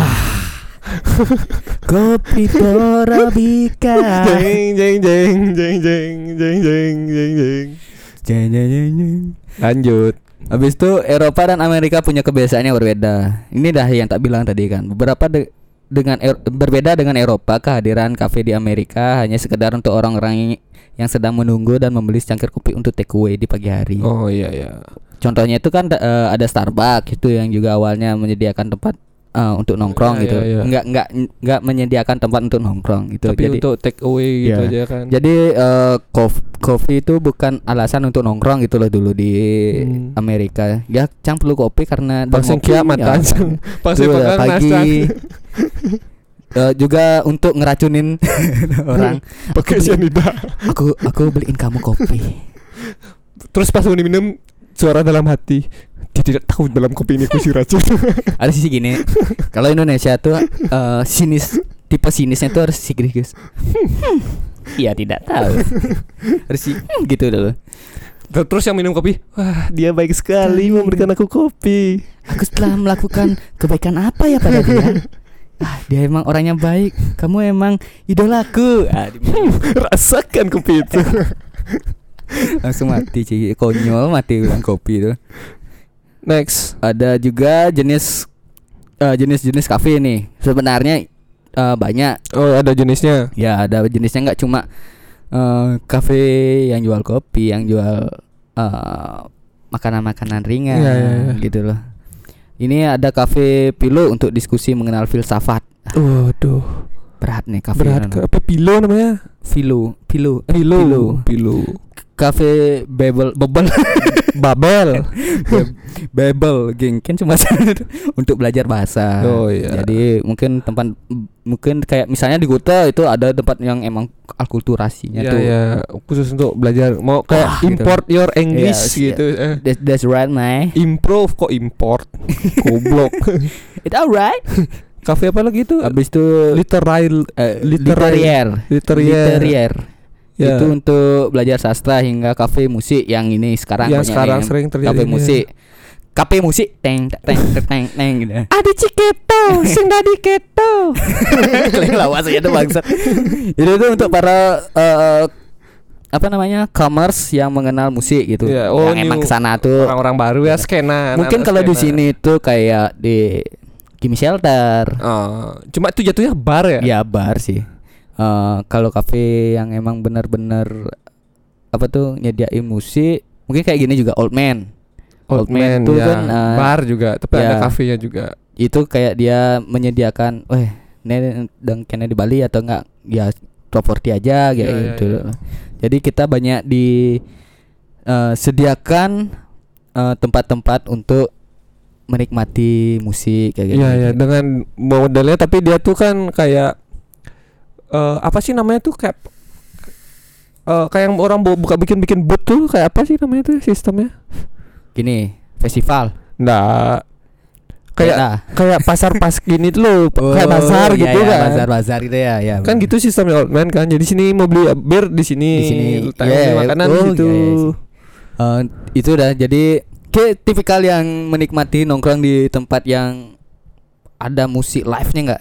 Kopi Torabika. Jeng jeng jeng jeng jeng jeng jeng jeng jeng. Jeng, jeng, jeng, jeng. Lanjut. Habis itu Eropa dan Amerika punya kebiasaan yang berbeda. Ini dah yang tak bilang tadi kan. Beberapa de- dengan er- berbeda dengan Eropa, kehadiran kafe di Amerika hanya sekedar untuk orang-orang yang sedang menunggu dan membeli secangkir kopi untuk take away di pagi hari. Oh iya iya. Contohnya itu kan uh, ada Starbucks itu yang juga awalnya menyediakan tempat uh, untuk nongkrong Ya, gitu. ya, ya. Enggak enggak enggak menyediakan tempat untuk nongkrong gitu. Tapi Jadi untuk take away gitu ya. aja kan. Jadi uh, kof- kopi itu bukan alasan untuk nongkrong gitu loh dulu di Hmm. Amerika. Ya cang perlu kopi karena Pas ngopi, kiamat ya, anjing. Pas Itu makan udah pagi. Uh, juga untuk ngeracunin orang. pakai cyanida. Aku aku beliin kamu kopi. Terus pas mau diminum suara dalam hati, dia tidak tahu dalam kopi ini kusi racun. Ada sisi gini. Kalau Indonesia tuh uh, sinis, tipe sinisnya tuh harus si Grigus. Iya tidak tahu. Harus si hmm, gitu dulu. Terus yang minum kopi, wah dia baik sekali memberikan aku kopi. Aku telah melakukan kebaikan apa ya pada dia? Ah, dia emang orangnya baik. Kamu emang idolaku. Ah, rasakan kopi itu. langsung mati sih. Konyol mati bilang kopi itu. Next, Ada juga jenis uh, jenis-jenis kafe nih. Sebenarnya uh, banyak. oh ada jenisnya. Ya ada jenisnya, nggak cuma uh, kafe yang jual kopi, yang jual uh, makanan-makanan ringan Ya, ya, ya. gitu loh. Ini ada kafe Pilo untuk diskusi mengenal filsafat. Waduh, Berat nih kafe. berat. ini. Apa pilo namanya? Pilo, Pilo, eh, Pilo, pilo. Kafe Babel, Babel, Babel. Babel, geng kan cuma untuk belajar bahasa. Oh, iya. Jadi mungkin tempat, mungkin kayak misalnya di Gota itu ada tempat yang emang akulturasinya Ya, tuh. ya, khusus untuk belajar. Mau kayak Wah, gitu. import your English Iya, gitu. Eh. That's, that's right, man. Improve kok import. Goblok. It's alright. Kafe apa lagi itu? Habis itu Literal eh, literarier. literaire. Literaire. Ya. Itu untuk belajar sastra hingga kafe musik yang ini sekarang Yang banyak sekarang yang sering terjadi. kafe musik. Kafe musik teng teng teng teng teng gitu. Adi Ciketo, sing dadi keto. Lawas aja tuh bangsat. Itu tuh untuk para uh, apa namanya? commerce yang mengenal musik gitu. Ya, oh, yang emang new kesana tuh. Orang-orang baru ya skena. Mungkin anak-anak kalau di skena. sini tuh kayak di Gimme Shelter. Oh, cuma itu jatuhnya bar ya? Ya bar sih. Uh, kalau kafe yang emang benar-benar apa tuh nyediain musik, mungkin kayak gini juga Old Man. Old, Old Man Man tuh ya. kan, uh, bar juga, tapi ya. ada kafenya juga. Itu kayak dia menyediakan, weh, ini dan kena di Bali atau enggak ya properti aja kayak Ya, ya, gitu. ya. Jadi kita banyak di uh, sediakan uh, tempat-tempat untuk menikmati musik kayak gitu. Iya ya, dengan modelnya tapi dia tuh kan kayak eh apa sih namanya tuh kayak eh kayak yang orang bu- buka bikin-bikin booth tuh kayak apa sih namanya tuh sistemnya? Gini, festival. Nggak kayak Beda. kayak pasar pas gini tuh loh, kayak bazar iya, gitu iya, kan. Bazar-bazar gitu ya, ya. Kan gitu sistemnya Old Man kan. Jadi sini mau beli bir di sini, Di sini, letak iya, beli makanan oh, gitu. iya, iya sih. Eh, itu udah jadi kayak tipikal yang menikmati nongkrong di tempat yang ada musik live-nya enggak?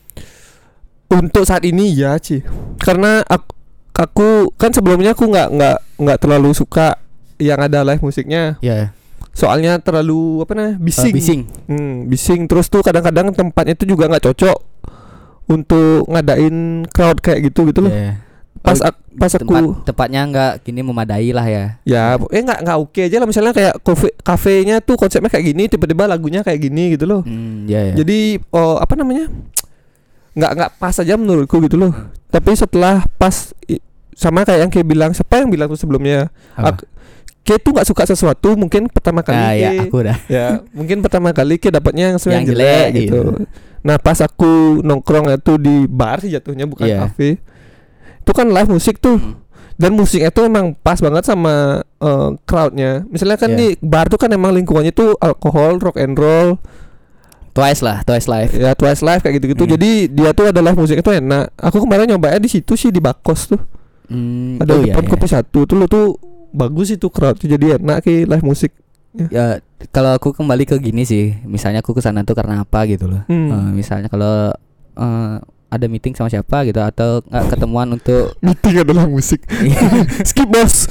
Untuk saat ini ya Ci, karena aku, aku kan sebelumnya aku nggak nggak nggak terlalu suka yang ada live musiknya, Ya. soalnya terlalu apa namanya bising. Eh, bising. Hmm, bising terus tuh kadang-kadang tempatnya itu juga nggak cocok untuk ngadain crowd kayak gitu gitu loh. Ya. Pas Oh, ak- pas tempat, aku tempatnya enggak gini memadai lah ya. ya eh nggak nggak oke aja lah, misalnya kayak kafe kafenya tuh konsepnya kayak gini, tiba-tiba lagunya kayak gini gitu loh. Hmm, ya, ya. Jadi oh apa namanya nggak nggak pas aja menurutku gitu loh. Tapi setelah pas i- sama kayak yang kayak bilang siapa yang bilang tuh sebelumnya, Apa? aku, kayak tuh nggak suka sesuatu mungkin pertama kali Ah, ya, kayak- aku udah. ya mungkin pertama kali kayak dapatnya yang sebenarnya Yang jelek, jelek gitu. gitu. Nah pas aku nongkrong itu di bar sih jatuhnya bukan Iya. kafe, itu kan live musik tuh. Hmm. Dan musiknya tuh emang pas banget sama eh, crowdnya. Misalnya kan Iya. di bar tuh kan emang lingkungannya tuh alkohol, rock and roll, Twice lah, Twice live. ya Twice Live kayak gitu-gitu. Hmm. Jadi dia tuh ada live musiknya tuh enak. Aku kemarin nyobain di situ sih di Bakos tuh. Hmm, Ada oh, iya, depan iya. kopi satu tuh lo tuh bagus itu crowd tuh, jadi enak kayak live musik. Ya, kalau aku kembali ke gini sih, misalnya aku ke sana tuh karena apa gitu loh. Hmm. Eh, misalnya kalau eh, ada meeting sama siapa gitu atau nggak ketemuan untuk meeting adalah musik. Skip bos.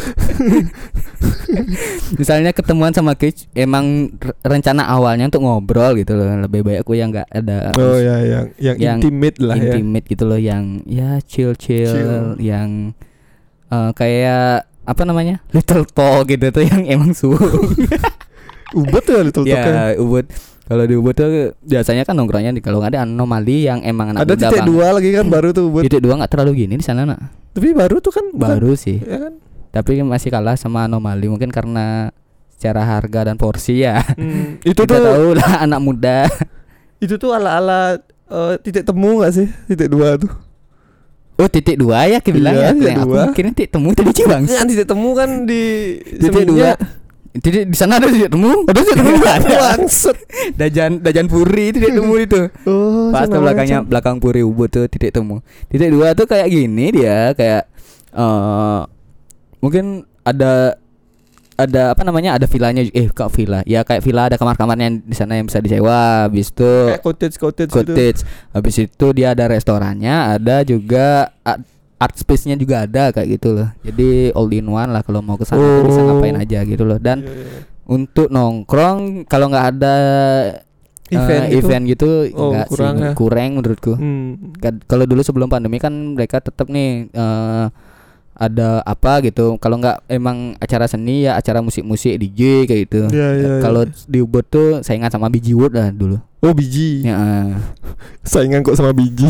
Misalnya ketemuan sama Kitch, emang re- rencana awalnya untuk ngobrol gitu loh. Lebih baik aku yang nggak ada Oh ya yang yang, yang intimate lah ya. intimate gitu loh, yang ya chill chill, Chill. yang uh, kayak apa namanya little talk gitu tuh yang emang suhu. Ubud tuh little talk. Ya Ubud. Kalau di Ubud tuh biasanya kan nongkrongnya di kalau nggak ada anomali yang emang anak Ada muda titik banget. dua lagi kan baru tuh Ubud. Titik dua nggak terlalu gini di sana nak. Tapi baru tuh kan bukan? Baru sih. Ya kan. Tapi masih kalah sama anomali mungkin karena secara harga dan porsi ya. Hmm, itu Kita tuh tahu lah anak muda. itu tuh ala-ala uh, titik temu nggak sih titik dua tuh? Oh titik dua ya kita bilang Iya, ya. titik Aku dua. kira titik temu tadi Cibang. Kan titik temu kan di Titik dua. Titik di sana ada titik temu. Ada titik temu Ada. Bangsat. Dajan Dajan Puri titik temu itu. Oh, Pas sana belakangnya macam. belakang Puri Ubud tuh titik temu. Titik dua tuh kayak gini dia kayak eh mungkin ada ada apa namanya ada villanya eh kok villa ya kayak villa ada kamar-kamarnya di sana yang bisa disewa. Habis itu Kayak cottage cottage gitu. cottage. Habis itu dia ada restorannya, ada juga art, art space-nya juga ada kayak gitu loh. Jadi all in one lah kalau mau ke sana tuh bisa Oh. ngapain aja gitu loh. Dan Iya, iya. untuk nongkrong kalau nggak ada Event eh, gitu? event gitu Oh, enggak kurang sih ya. kurang menurutku. Hmm. Kad- Kalau dulu sebelum pandemi kan mereka tetap nih eh, ada apa gitu. Kalau nggak emang acara seni ya acara musik-musik D J kayak gitu. Iya, iya, Kalau iya. di Ubud tuh saingan sama Biji Wood lah dulu. Oh biji. Ya, eh, Saingan kok sama biji.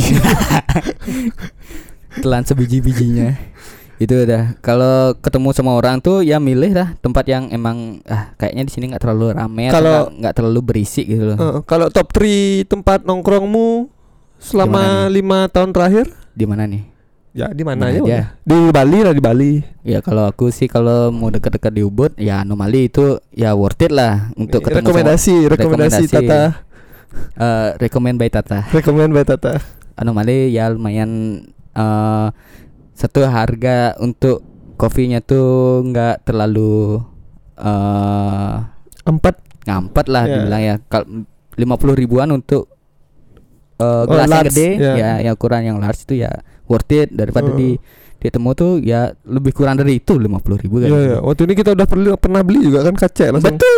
telan sebiji-bijinya. Itu udah. Kalau ketemu sama orang tuh ya milih lah tempat yang emang ah kayaknya di sini nggak terlalu ramai atau Kalau- nggak- nggak terlalu berisik gitu loh. Uh, kalau top tiga tempat nongkrongmu selama Gimana lima tahun terakhir? Di mana nih? Ya di mana Mana aja? aja. udah. Di Bali lah di Bali. Ya kalau aku sih kalau mau deket-deket di Ubud ya anomali itu ya worth it lah untuk ketemu rekomendasi, sama, rekomendasi, rekomendasi. Tata. uh, recommend by Tata. Rekomend by Tata. Anomali ya lumayan uh, satu harga untuk kopinya tuh nggak terlalu uh, Empat. ngampet lah Ya. dibilang ya. Kalau lima puluh ribuan untuk uh, Oh, gelas yang large, gede ya. ya yang ukuran yang large itu ya worth it daripada Oh. di di temu tuh ya lebih kurang dari itu lima puluh ribu kan. Iya ya. Waktu ini kita udah perlu pernah beli juga kan kaca langsung. Betul.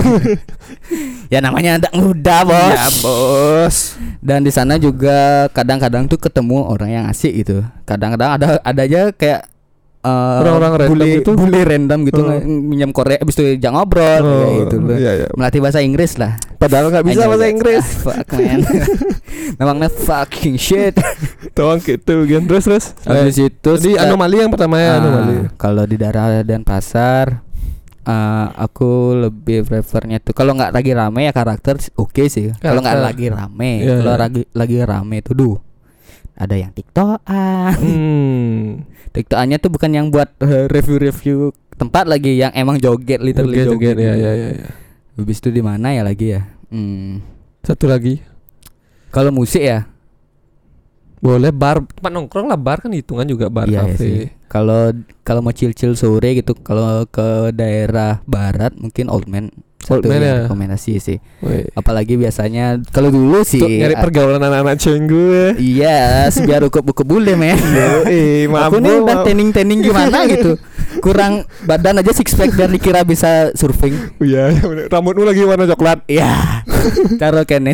Ya namanya anak muda bos. Ya bos. Dan di sana juga kadang-kadang tuh ketemu orang yang asik gitu. Kadang-kadang ada ada aja kayak eh, Orang-orang random bule, gitu? bule random gitu Oh. nge- minjem Korea abis itu jangan ngobrol kayak gitu loh. Iya ya. Melatih bahasa Inggris lah. Padahal nggak bisa Hanya bahasa udah, Inggris. ah, fuck man. Namanya fucking shit. Tawang gitu kan terus terus. Habis itu Jadi sekitar- anomali yang pertama ya Ah, anomali. kalau di daerah Denpasar uh, aku lebih prefernya tuh kalau nggak lagi rame ya karakter oke sih. Kalau nggak Karakter. lagi rame, Iya, kalau iya. lagi lagi rame tuh duh. Ada yang TikTokan. Hmm. TikTokannya tuh bukan yang buat uh, review-review tempat lagi yang emang joget literally Joget, joget. joget, ya ya ya. ya. Habis itu di mana ya lagi ya? Hmm. Satu lagi. Kalau musik ya? Boleh bar, tempat nongkrong lah, bar kan hitungan juga bar Iya, iya sih. cafe. Kalau kalau mau chill-chill sore gitu, kalau ke daerah barat mungkin Old Man Old satu Man yang ya. rekomendasi sih. Woi. Apalagi biasanya kalau dulu sih Tuh nyari a- pergaulan anak-anak ceng gue. iya, biar ukup-ukup bule men. Eh, Aku nih udah training-training gimana gitu. Kurang badan aja six pack biar dikira bisa surfing. Iya, iya, bener. Rambutmu lagi warna coklat. Iya. Taruh kenen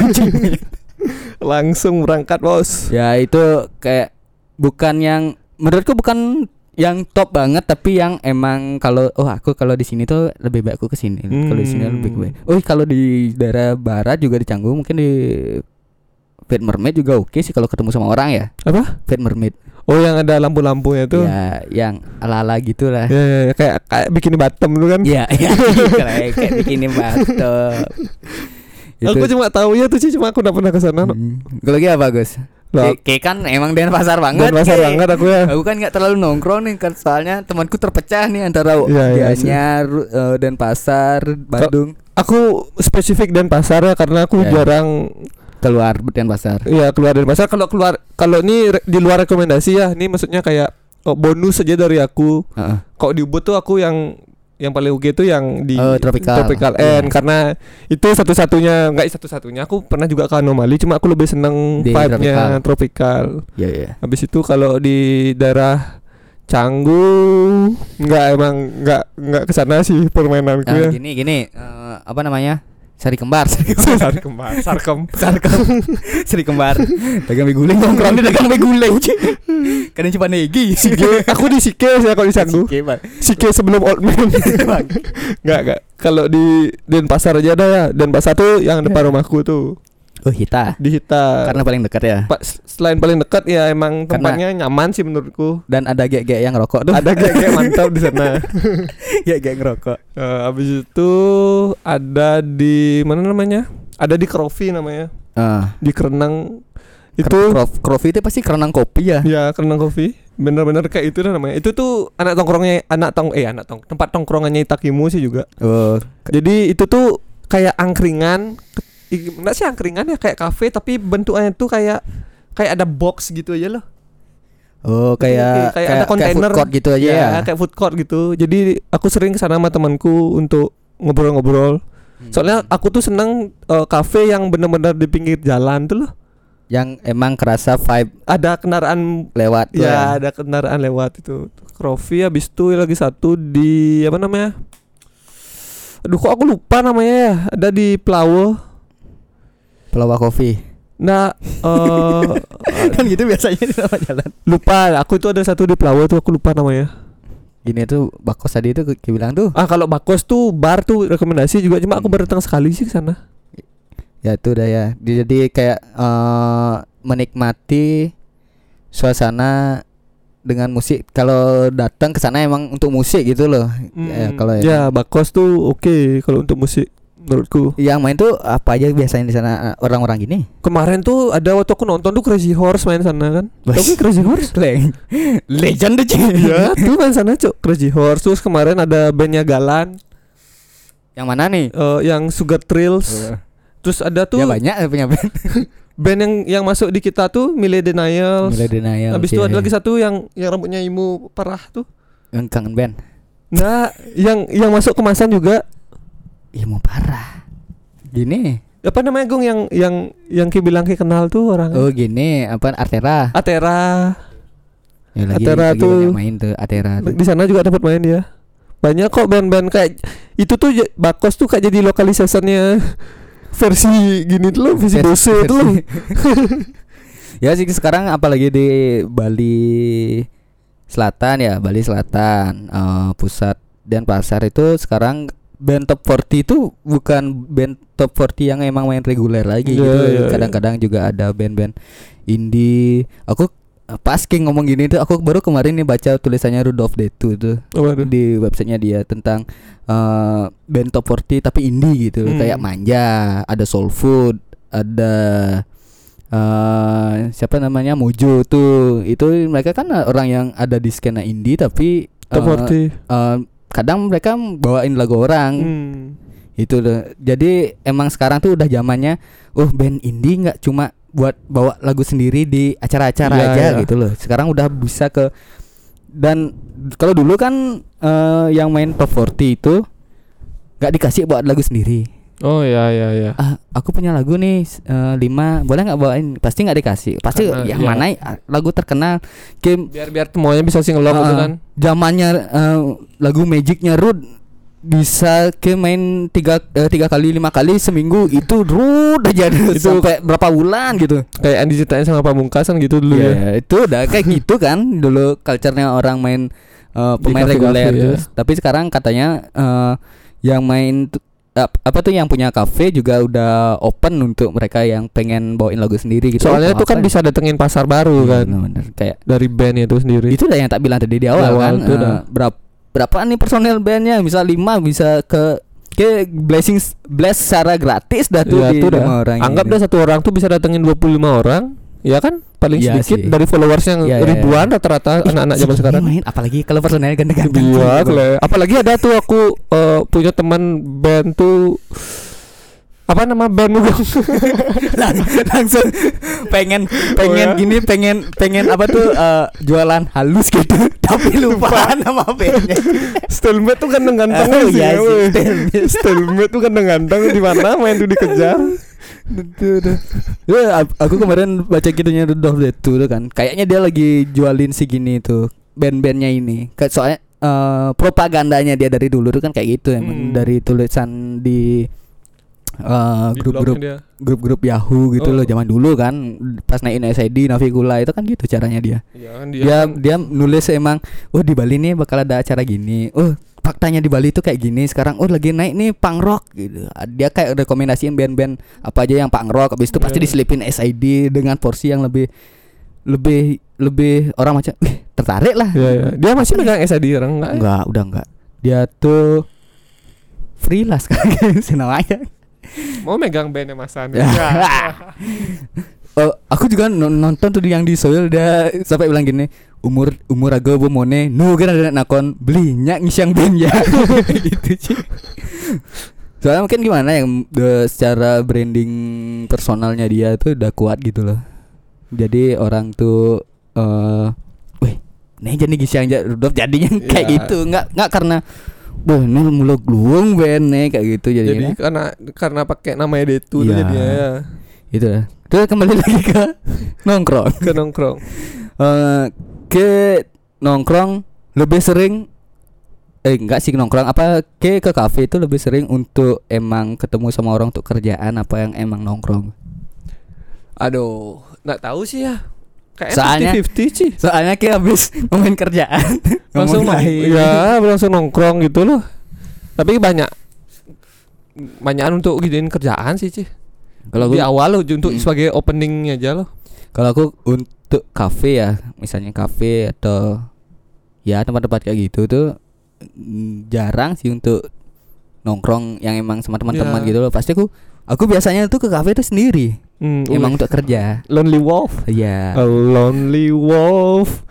Langsung berangkat, Bos. Ya itu kayak bukan yang menurutku bukan yang top banget tapi yang emang kalau oh aku kalau di sini tuh lebih baik aku ke sini. Hmm. Kalau di sini lebih baik. Oh kalau di daerah barat juga di Canggu mungkin di Fat Mermaid juga oke sih kalau ketemu sama orang ya. Apa? Fat Mermaid. Oh, yang ada lampu-lampunya tuh. Ya yang ala-ala gitu lah. Ya, ya, ya, kayak kayak bikini bottom lu kan. Iya, iya gitu lah, kayak bikini batok. Aku cuma tahu ya tuh sih, cuma aku enggak pernah ke sana. Hmm. Kalau lagi apa Gus? Lah, Kayak kayak kan emang Denpasar banget. dan pasar Ki. banget aku ya. Aku kan nggak terlalu nongkrong nih kan soalnya temanku terpecah nih antara Iya, iya, Gianyar, uh, Denpasar, Bandung. Aku spesifik dan pasar ya karena aku Ya. jarang Keluar Denpasar. Iya keluar dari pasar. Kalau keluar, kalau ini re- di luar rekomendasi ya, ini maksudnya kayak oh, bonus saja dari aku. Heeh. Kok di Ubud tuh aku yang yang paling oke itu yang di Oh, Tropical. Tropical Iya. N karena itu satu-satunya enggak satu-satunya aku pernah juga ke Anomali cuma aku lebih seneng Di vibe-nya Tropical. Iya iya. Habis itu kalau di daerah Canggu enggak emang enggak enggak kesana sih permainanku Nah, ya. gini gini eh, apa namanya? Sari kembar, sari kembar. Sari kembar, sarkem. Sarkem. Sari kembar. Dagang mie guling nongkrong di dagang mie guling. Kadang cuma negi. Sike, aku di Sike sih kalau di Canggu. Sike, Bang. Sike sebelum Old Man. Enggak enggak. Kalau di Denpasar aja ada ya. Denpasar tuh yang depan rumahku tuh. Oh, Hita. Di Hita. Karena paling dekat ya. Pa- selain paling dekat ya emang Karena- tempatnya nyaman sih menurutku. Dan ada gek-gek yang rokok tuh. Ada kayak mantap di sana. gek-gek ngerokok. Eh, habis itu ada di mana namanya? Ada di Krofi namanya. Ah, Di Kerenang itu itu Krofi itu pasti kerenang kopi ya. ya Kerenang Coffee. Bener-bener kayak itu dah namanya. Itu tuh anak tongkrongnya anak tong eh anak tong tempat tongkrongannya Itakimu sih juga. Oh, Jadi itu tuh kayak angkringan. Enggak sih angkringan ya kayak kafe tapi bentukannya tuh kayak kayak ada box gitu aja loh. oh Kayak- kayak kayak ada kayak kontainer food court gitu aja ya. kayak food court gitu. Jadi aku sering kesana sama temanku untuk ngobrol-ngobrol. Hmm. Soalnya aku tuh seneng eh, kafe yang benar-benar di pinggir jalan tuh loh. Yang emang kerasa vibe Ada kendaraan lewat tuh ya, ada kendaraan lewat itu. Krofi habis itu lagi satu di apa namanya? Aduh kok aku lupa namanya ya. Ada di Plawe. Pelawak Coffee. Nah, eh Kan gitu biasanya di nama jalan. lupa. Aku itu ada satu di Plawe tuh aku lupa namanya. Gini tuh Bakos tadi tuh kayak bilang tuh. Ah kalau Bakos tuh bar tuh rekomendasi juga cuma aku baru datang sekali sih ke sana. Ya itu udah ya. Di- Jadi kayak eh, menikmati suasana dengan musik. Kalau datang ke sana emang untuk musik gitu loh. Ya, kalau ya Bakos tuh oke kalau untuk musik menurutku. yang main tuh apa aja biasanya di sana eh, orang-orang gini? Kemarin tuh ada waktu aku nonton tuh Crazy Horse main sana kan. Wah. Tahu kan Crazy Horse? Le- Legend tuh cuy. Iya, tuh main sana cuk Crazy Horse. Terus kemarin ada bandnya Galan Yang mana nih? eh, yang Sugar Thrills. Terus ada tuh Ya banyak ya punya band. band yang yang masuk di kita tuh Mile Denials. Mulai denial. Habis itu ada lagi satu yang yang rambutnya imu parah tuh. yang kangen band. Nah, yang yang masuk kemasan juga Ih mau parah. Gini. apa namanya Gung yang yang yang Ki bilang Ki kenal tuh orang Oh gini apa Artera. Atera. Ya lagi, Atera lagi tuh. banyak main tuh Atera tuh. Di sana juga dapat main dia. Banyak kok band-band kayak itu tuh j- Bakos tuh kayak jadi lokalisasinya versi gini tuh loh, versi Versi- Bose tuh loh. Ya sih sekarang apalagi di Bali Selatan ya, Bali Selatan, eh, pusat dan pasar itu sekarang band top empat puluh itu bukan band top empat puluh yang emang main reguler lagi Iya, gitu. iya, iya. Kadang-kadang juga ada band-band indie. Aku eh, pas King ngomong gini tuh aku baru kemarin nih baca tulisannya Rudolf Detu tuh Waduh. di websitenya dia tentang eh, band top empat puluh tapi indie gitu. Hmm. Kayak Manja, ada Soul Food, ada eh siapa namanya Mojo tuh. Itu mereka kan orang yang ada di skena indie tapi Top eh, empat puluh. eh, kadang mereka bawain lagu orang. Hmm. Itu tuh. Jadi emang sekarang tuh udah zamannya oh band indie nggak cuma buat bawa lagu sendiri di acara-acara Iya, aja iya. gitu loh. Sekarang udah bisa ke dan kalau dulu kan eh, yang main top empat puluh itu nggak dikasih buat lagu sendiri. Oh ya ya ya. Ah, aku punya lagu nih eh, lima, boleh nggak bawain? Pasti nggak dikasih. Pasti Karena, yang ya. mana ah, lagu terkenal. Game Biar biar semuanya bisa singelong gitu ah, kan. zamannya eh, lagu Magicnya Rude bisa ke main tiga eh, tiga kali lima kali seminggu itu Rude aja Itu- sampai berapa bulan gitu. Kayak Andi ceritain sama Pamungkas kan gitu dulu ya. Ya, itu udah kayak gitu kan dulu culture-nya orang main eh, pemain kafe-kafe, reguler ya. terus. Tapi sekarang katanya eh, yang main tu- ap- apa tuh yang punya kafe juga udah open untuk mereka yang pengen bawain lagu sendiri gitu. Soalnya Oh, itu kan apa? bisa datengin pasar baru Iya, kan. bener-bener. Kayak Dari band itu sendiri. itu udah yang tak bilang tadi di awal, Di awal kan tuh udah. eh, berapa berapa nih personel bandnya misal lima bisa ke ke blessing bless secara gratis dah tuh Iya, di tuh dah. rumah orang Anggap ini. dah satu orang tuh bisa datengin dua puluh lima orang. Ya kan paling Iya sedikit sih. dari followers yang Iya, iya, ribuan rata-rata Ih, anak-anak zaman segini sekarang. main, apalagi kalau personelnya ganteng-ganteng. Iya, gitu. kle. Apalagi ada tuh aku eh, punya teman band tuh Apa nama bandmu Gong? Lang- langsung pengen pengen Oh, ya? gini pengen pengen apa tuh eh, jualan halus gitu tapi lupa nama bandnya. Stalemate tuh ganteng-ganteng Oh, sih. iya ya, sih, weh. Stalemate. Stalemate tuh ganteng-ganteng di mana main tuh dikejar. Ya, aku- aku kemarin baca gitunya Rudolf itu tuh kan. Kayaknya dia lagi jualin si gini tuh band-bandnya ini. Kayak soalnya eh, propagandanya dia dari dulu tuh kan kayak gitu emang Hmm. dari tulisan di eh, Di grup-grup blognya dia. grup-grup Yahoo gitu Oh. loh zaman dulu kan pas naikin S I D Navigula itu kan gitu caranya dia. Iya kan dia. Dia kan, dia nulis emang oh di Bali nih bakal ada acara gini. Oh faktanya di Bali tuh kayak gini sekarang. Oh lagi naik nih punk rock gitu. Dia kayak rekomendasiin band-band apa aja yang punk rock. Habis itu pasti Iya. diselipin S I D dengan porsi yang lebih lebih lebih orang macam "Wih, tertarik lah." Iya, iya. Dia masih megang S I D orang enggak? Enggak, udah enggak. Dia tuh freelance kan sih namanya. Mau megang bandnya Mas An. Ya. Oh, aku juga non- nonton tuh yang di Soil dia sampai bilang gini, umur umur aga bomone nu kan ada nakon belinya ngisyang band ya. Gitu sih. Soalnya mungkin gimana yang de, secara branding personalnya dia tuh udah kuat gitu loh. Jadi orang tuh eh weh, nih jadi ngisyang Rudolf jadinya kayak Ya. gitu, enggak enggak karena wah, ini mulai gluung band nih kayak gitu Jadi jadinya. karena karena pakai namanya Detu tuh Iya. jadinya ya. Itu lah. Terus kembali lagi ke nongkrong. Ke nongkrong. Eh, ke nongkrong lebih sering eh enggak sih nongkrong apa ke ke kafe itu lebih sering untuk emang ketemu sama orang untuk kerjaan apa yang emang nongkrong. Aduh, enggak tahu sih ya. Kayak Soalnya- fifty fifty sih. Soalnya ke habis ngomongin kerjaan Langsung ngomong nong- lain. ya, langsung nongkrong gitu loh. Tapi banyak banyakan untuk gidein kerjaan sih, Ci. Kalau Di aku awal loh untuk Hmm. sebagai openingnya aja loh. kalau aku untuk kafe ya, misalnya kafe atau ya tempat-tempat kayak gitu tuh mm, jarang sih untuk nongkrong yang emang sama teman-teman Ya. gitu loh. Pasti aku aku biasanya tuh ke kafe tuh sendiri. Hmm, Emang wih. untuk kerja. Lonely Wolf. Iya. A lonely wolf.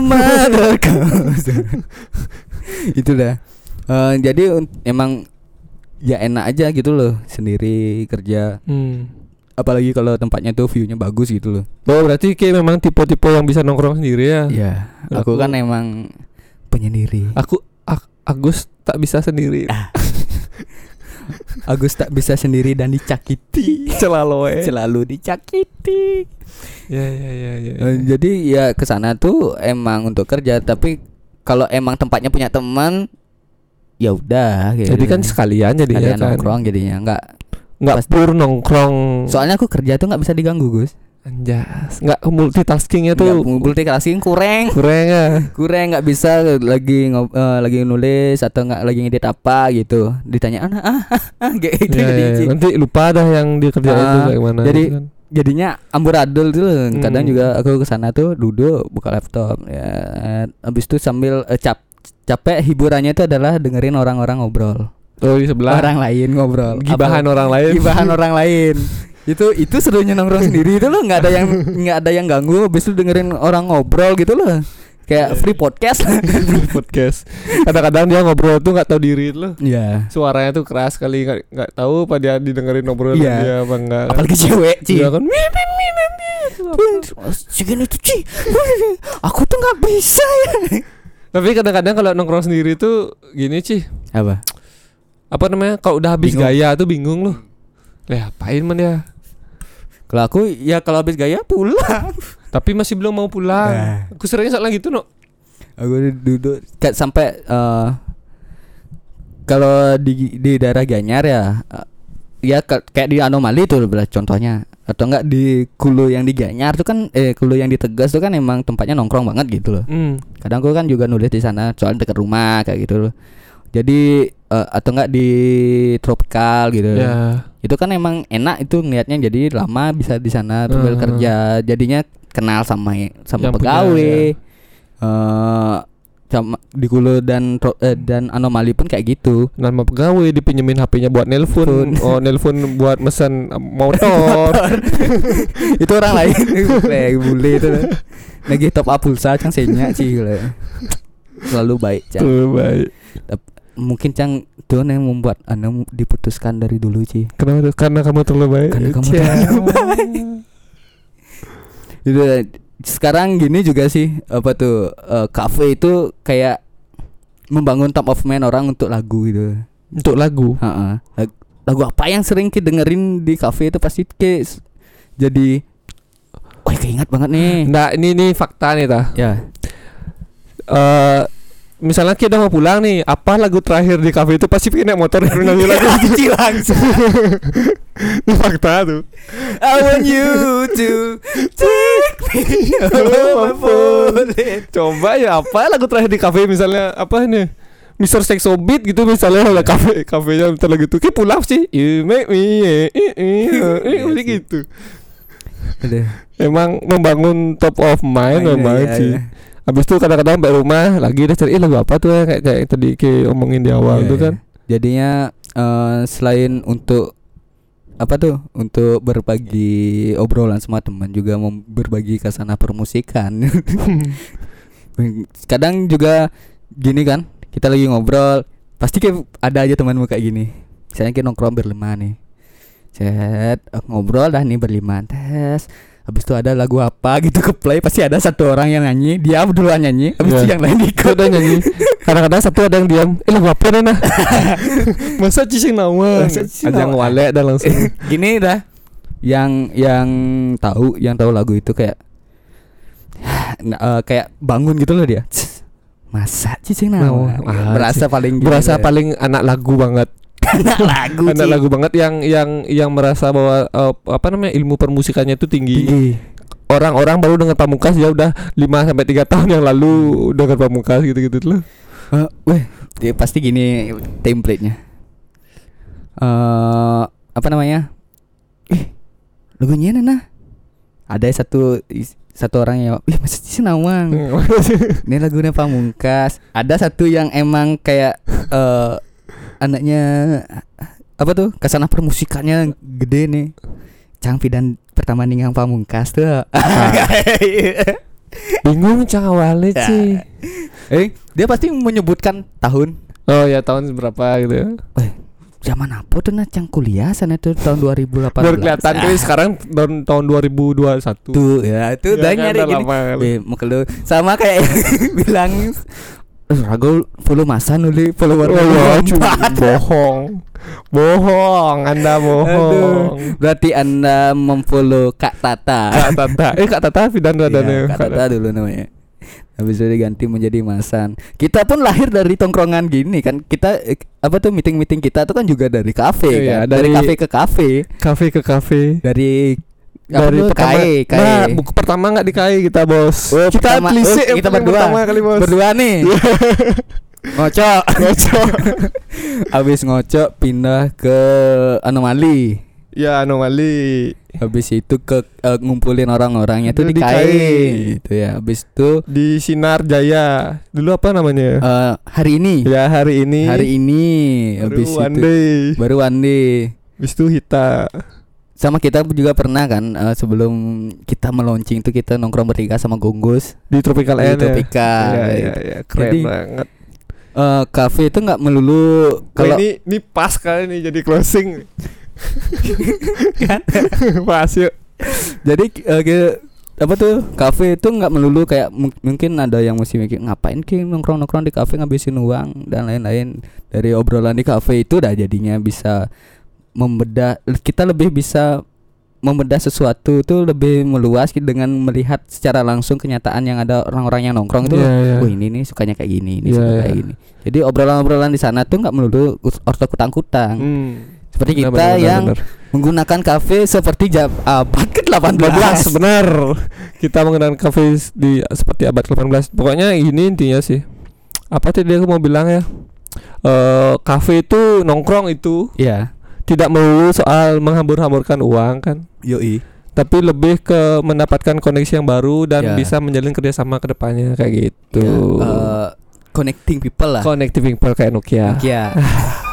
Itu dah. Eh, jadi un- emang ya enak aja gitu loh sendiri kerja. Hmm. Apalagi kalau tempatnya tuh view-nya bagus gitu loh. Oh, berarti kayak memang tipe-tipe yang bisa nongkrong sendiri ya. Iya. Aku Aku- kan emang penyendiri. Aku Ak- Agus tak bisa sendiri. Agus tak bisa sendiri dan dicakiti. Celaloe. Selalu dicakiti. Ya ya ya ya. Eh, jadi ya ke sana tuh emang untuk kerja, tapi kalau emang tempatnya punya teman ya udah gitu. Jadi kan sekalian jadinya Kalian kan. nongkrong jadinya enggak. Nggak Pasti- pur nongkrong. Soalnya aku kerja tuh nggak bisa diganggu, Gus. Anjas. Nggak multitaskingnya Tuh tuh multitasking kurang. kurang ya. Kurang nggak bisa lagi ngob- eh, lagi nulis atau nggak lagi ngedit apa gitu. Ditanya ah ah ah, ah kayak gitu. Ya, ya, jadinya. ya. Nanti lupa dah yang dikerjain Ah, tuh kayak mana. jadi- gitu kan. Jadinya amburadul tuh. Kadang Hmm. juga aku ke sana tuh duduk buka laptop ya. Habis itu sambil eh, cap capek hiburannya itu adalah dengerin orang-orang ngobrol. Oh di sebelah. Orang lain ngobrol. Gibahan Apa- orang lain. gibahan orang lain. Itu itu serunya nongkrong sendiri itu loh, nggak ada yang nggak ada yang ganggu. Habis itu dengerin orang ngobrol gitu loh. Kayak free podcast. Podcast. Kadang-kadang dia ngobrol tuh nggak tahu diri loh. Iya. Suaranya tuh keras sekali, nggak nggak tahu apa dia didengerin ngobrol Iya. dia apa enggak. Apalagi cewek, Ci. Dia kan mimpi nanti. Segini tuh, Ci. Aku tuh nggak bisa ya. Tapi kadang-kadang kalau nongkrong sendiri tuh gini Ci. Apa? Apa namanya? Kalau udah habis Bingung. gaya tuh bingung loh. Lah apain man ya? Kalau aku ya kalau habis gaya pulang. Tapi masih belum mau pulang. Nah. Aku seringnya soalnya gitu no. Aku duduk kayak sampai eh, kalau di di daerah Gianyar ya eh, ya ka- kayak di Anomali tuh belah contohnya, atau enggak di Kulu yang di Gianyar tuh kan eh Kulu yang di Tegas tuh kan emang tempatnya nongkrong banget gitu loh. Hmm. Kadang aku kan juga nulis di sana soalnya dekat rumah kayak gitu loh. Jadi eh, atau enggak di Tropical gitu. Ya. Itu kan emang enak itu ngeliatnya, jadi lama bisa di sana sambil Hmm. kerja, jadinya kenal sama sama Yang punya, pegawai. ya. Eh, sama di Kulu dan Tro- eh, dan Anomali pun kayak gitu. Nama pegawai dipinjemin H P-nya buat nelpon. Oh, nelpon buat mesen uh, motor. Itu orang lain. Lagi bule itu. Lagi top up pulsa cang senya sih. Selalu baik, Cang. Tuh, baik. mungkin Cang tuh yang membuat Anda diputuskan dari dulu Ci. Kenapa tuh? Karena kamu terlalu baik. Karena kamu Cia. terlalu baik. Gitu. Sekarang gini juga sih, apa tuh, uh, cafe itu kayak membangun top of mind orang untuk lagu gitu. Untuk lagu. Ha-ha. Lagu, lagu apa yang sering kita dengerin di cafe itu pasti kayak jadi, wah keinget banget nih. Nah, ini nih fakta nih tah. Ya. Eh misalnya kita mau pulang nih, apa lagu terakhir di kafe itu pasti pengen naik motor nyanyi lagu itu langsung. Ini fakta tuh. I want you to take me home. Coba ya apa lagu terakhir di kafe misalnya apa ini? Mister Sexo Beat gitu misalnya lah kafe kafenya bentar lagi tuh. Kayak pulang sih. You make me eh eh eh gitu. Emang membangun top of mind memang sih. Habis itu kadang-kadang balik rumah lagi udah cari eh, lagu apa tuh ya kayak kayak tadi kayak omongin di awal yeah, tuh kan. Jadinya uh, selain untuk apa tuh untuk berbagi obrolan sama teman juga mem- berbagi kesana permusikan. Kadang juga gini kan, kita lagi ngobrol pasti kayak ada aja temanmu kayak gini. Misalnya kita nongkrong berlima nih, chat ngobrol dah nih berlima tes. Habis itu ada lagu apa gitu ke play, pasti ada satu orang yang nyanyi, dia duluan nyanyi, habis itu yeah. yang lain ikut dan nyanyi. Kadang-kadang satu ada yang diam, eh lagu apa nih nah? Masa cicing nawang, ada yang walek dan langsung. Gini dah, yang yang tahu yang tahu lagu itu kayak uh, kayak bangun gitu loh dia. Masa cicing nawang, nah, berasa paling berasa gitu, paling ya. Anak lagu banget. anak lagu anak lagu banget yang yang yang merasa bahwa uh, apa namanya ilmu permusikannya itu tinggi. tinggi. Orang-orang baru dengar Pamungkas ya udah lima sampai tiga tahun yang lalu dengar Pamungkas gitu-gitu loh. Uh, weh, dia pasti gini template-nya. Uh, apa namanya? Eh, lagunya nah. Ada satu satu orang yang, ih masih Sinawang. Ini lagunya Pamungkas. Ada satu yang emang kayak uh, anaknya apa tuh kesana permusikannya gede nih. Cangpi dan pertama ningang Pamungkas tuh. Bingung Cang awalnya sih. Eh, dia pasti menyebutkan tahun. Oh ya tahun berapa gitu ya. Eh, zaman apa tuh nah Cang kuliah sana tuh tahun dua ribu delapan belas. Baru kelihatan ah. Tuh sekarang tahun tahun dua ribu dua puluh satu. Tuh ya, itu udah ya, nyari gini. Eh, mau kalau sama kayak bilang Rago follow masa nuli follower oh, bohong. Bohong, Anda bohong. Aduh, berarti Anda memfollow Kak Tata. Kak Tata. Eh Kak Tata Fidan Radane. Kak Tata dulu namanya. Habis itu diganti menjadi Masan. Kita pun lahir dari tongkrongan gini kan. Kita apa tuh meeting-meeting kita tuh kan juga dari kafe oh, kan. Iya, dari, dari kafe ke kafe. Kafe ke kafe. Dari dari pertama, kai, kai. Nah, buku pertama enggak di kai kita, Bos. Oh, kita pertama, telisik oh, kita berdua. Kali, Bos. Berdua nih. Ngocok, ngocok. Abis ngocok pindah ke anomali. Ya, anomali. Habis itu ke uh, ngumpulin orang-orangnya tuh di K I. Itu ya. Habis itu di Sinar Jaya. Dulu apa namanya? Uh, hari ini. Ya, hari ini. Hari ini. Habis itu one day. Baru one day. Habis itu Hita. Sama kita juga pernah kan uh, sebelum kita meluncing tuh kita nongkrong bertiga sama Gonggus di Tropical Di N. Tropical. Ya, ya, ya, keren Jadi, banget. Uh, cafe itu nggak melulu kalau ini ini pas kali nih jadi closing. Kan? Pas yuk. Jadi uh, ke, apa tuh cafe itu nggak melulu kayak m- mungkin ada yang mesti mikir ngapain ki nongkrong-nongkrong di cafe ngabisin uang dan lain-lain. Dari obrolan di cafe itu dah jadinya bisa membedah, kita lebih bisa membedah sesuatu itu lebih meluas dengan melihat secara langsung kenyataan yang ada orang-orang yang nongkrong itu. Yeah, yeah. Oh ini nih sukanya kayak gini, ini yeah, suka yeah. kayak gini. Jadi obrolan-obrolan di sana tuh nggak melulu orto kutang-kutang. Hmm. Seperti kita benar, benar, yang benar. menggunakan kafe seperti jam abad ke delapan belas. Benar. Kita menggunakan kafe di seperti abad ke delapan belas. Pokoknya ini intinya sih. Apa tadi aku mau bilang ya? Uh, kafe itu nongkrong itu. Iya. Tidak melulu soal menghambur-hamburkan uang kan. Yoi. Tapi lebih ke mendapatkan koneksi yang baru dan ya. bisa menjalin kerjasama ke depannya kayak gitu. Ya, uh, connecting people lah. Connecting people kayak Nokia. Nokia.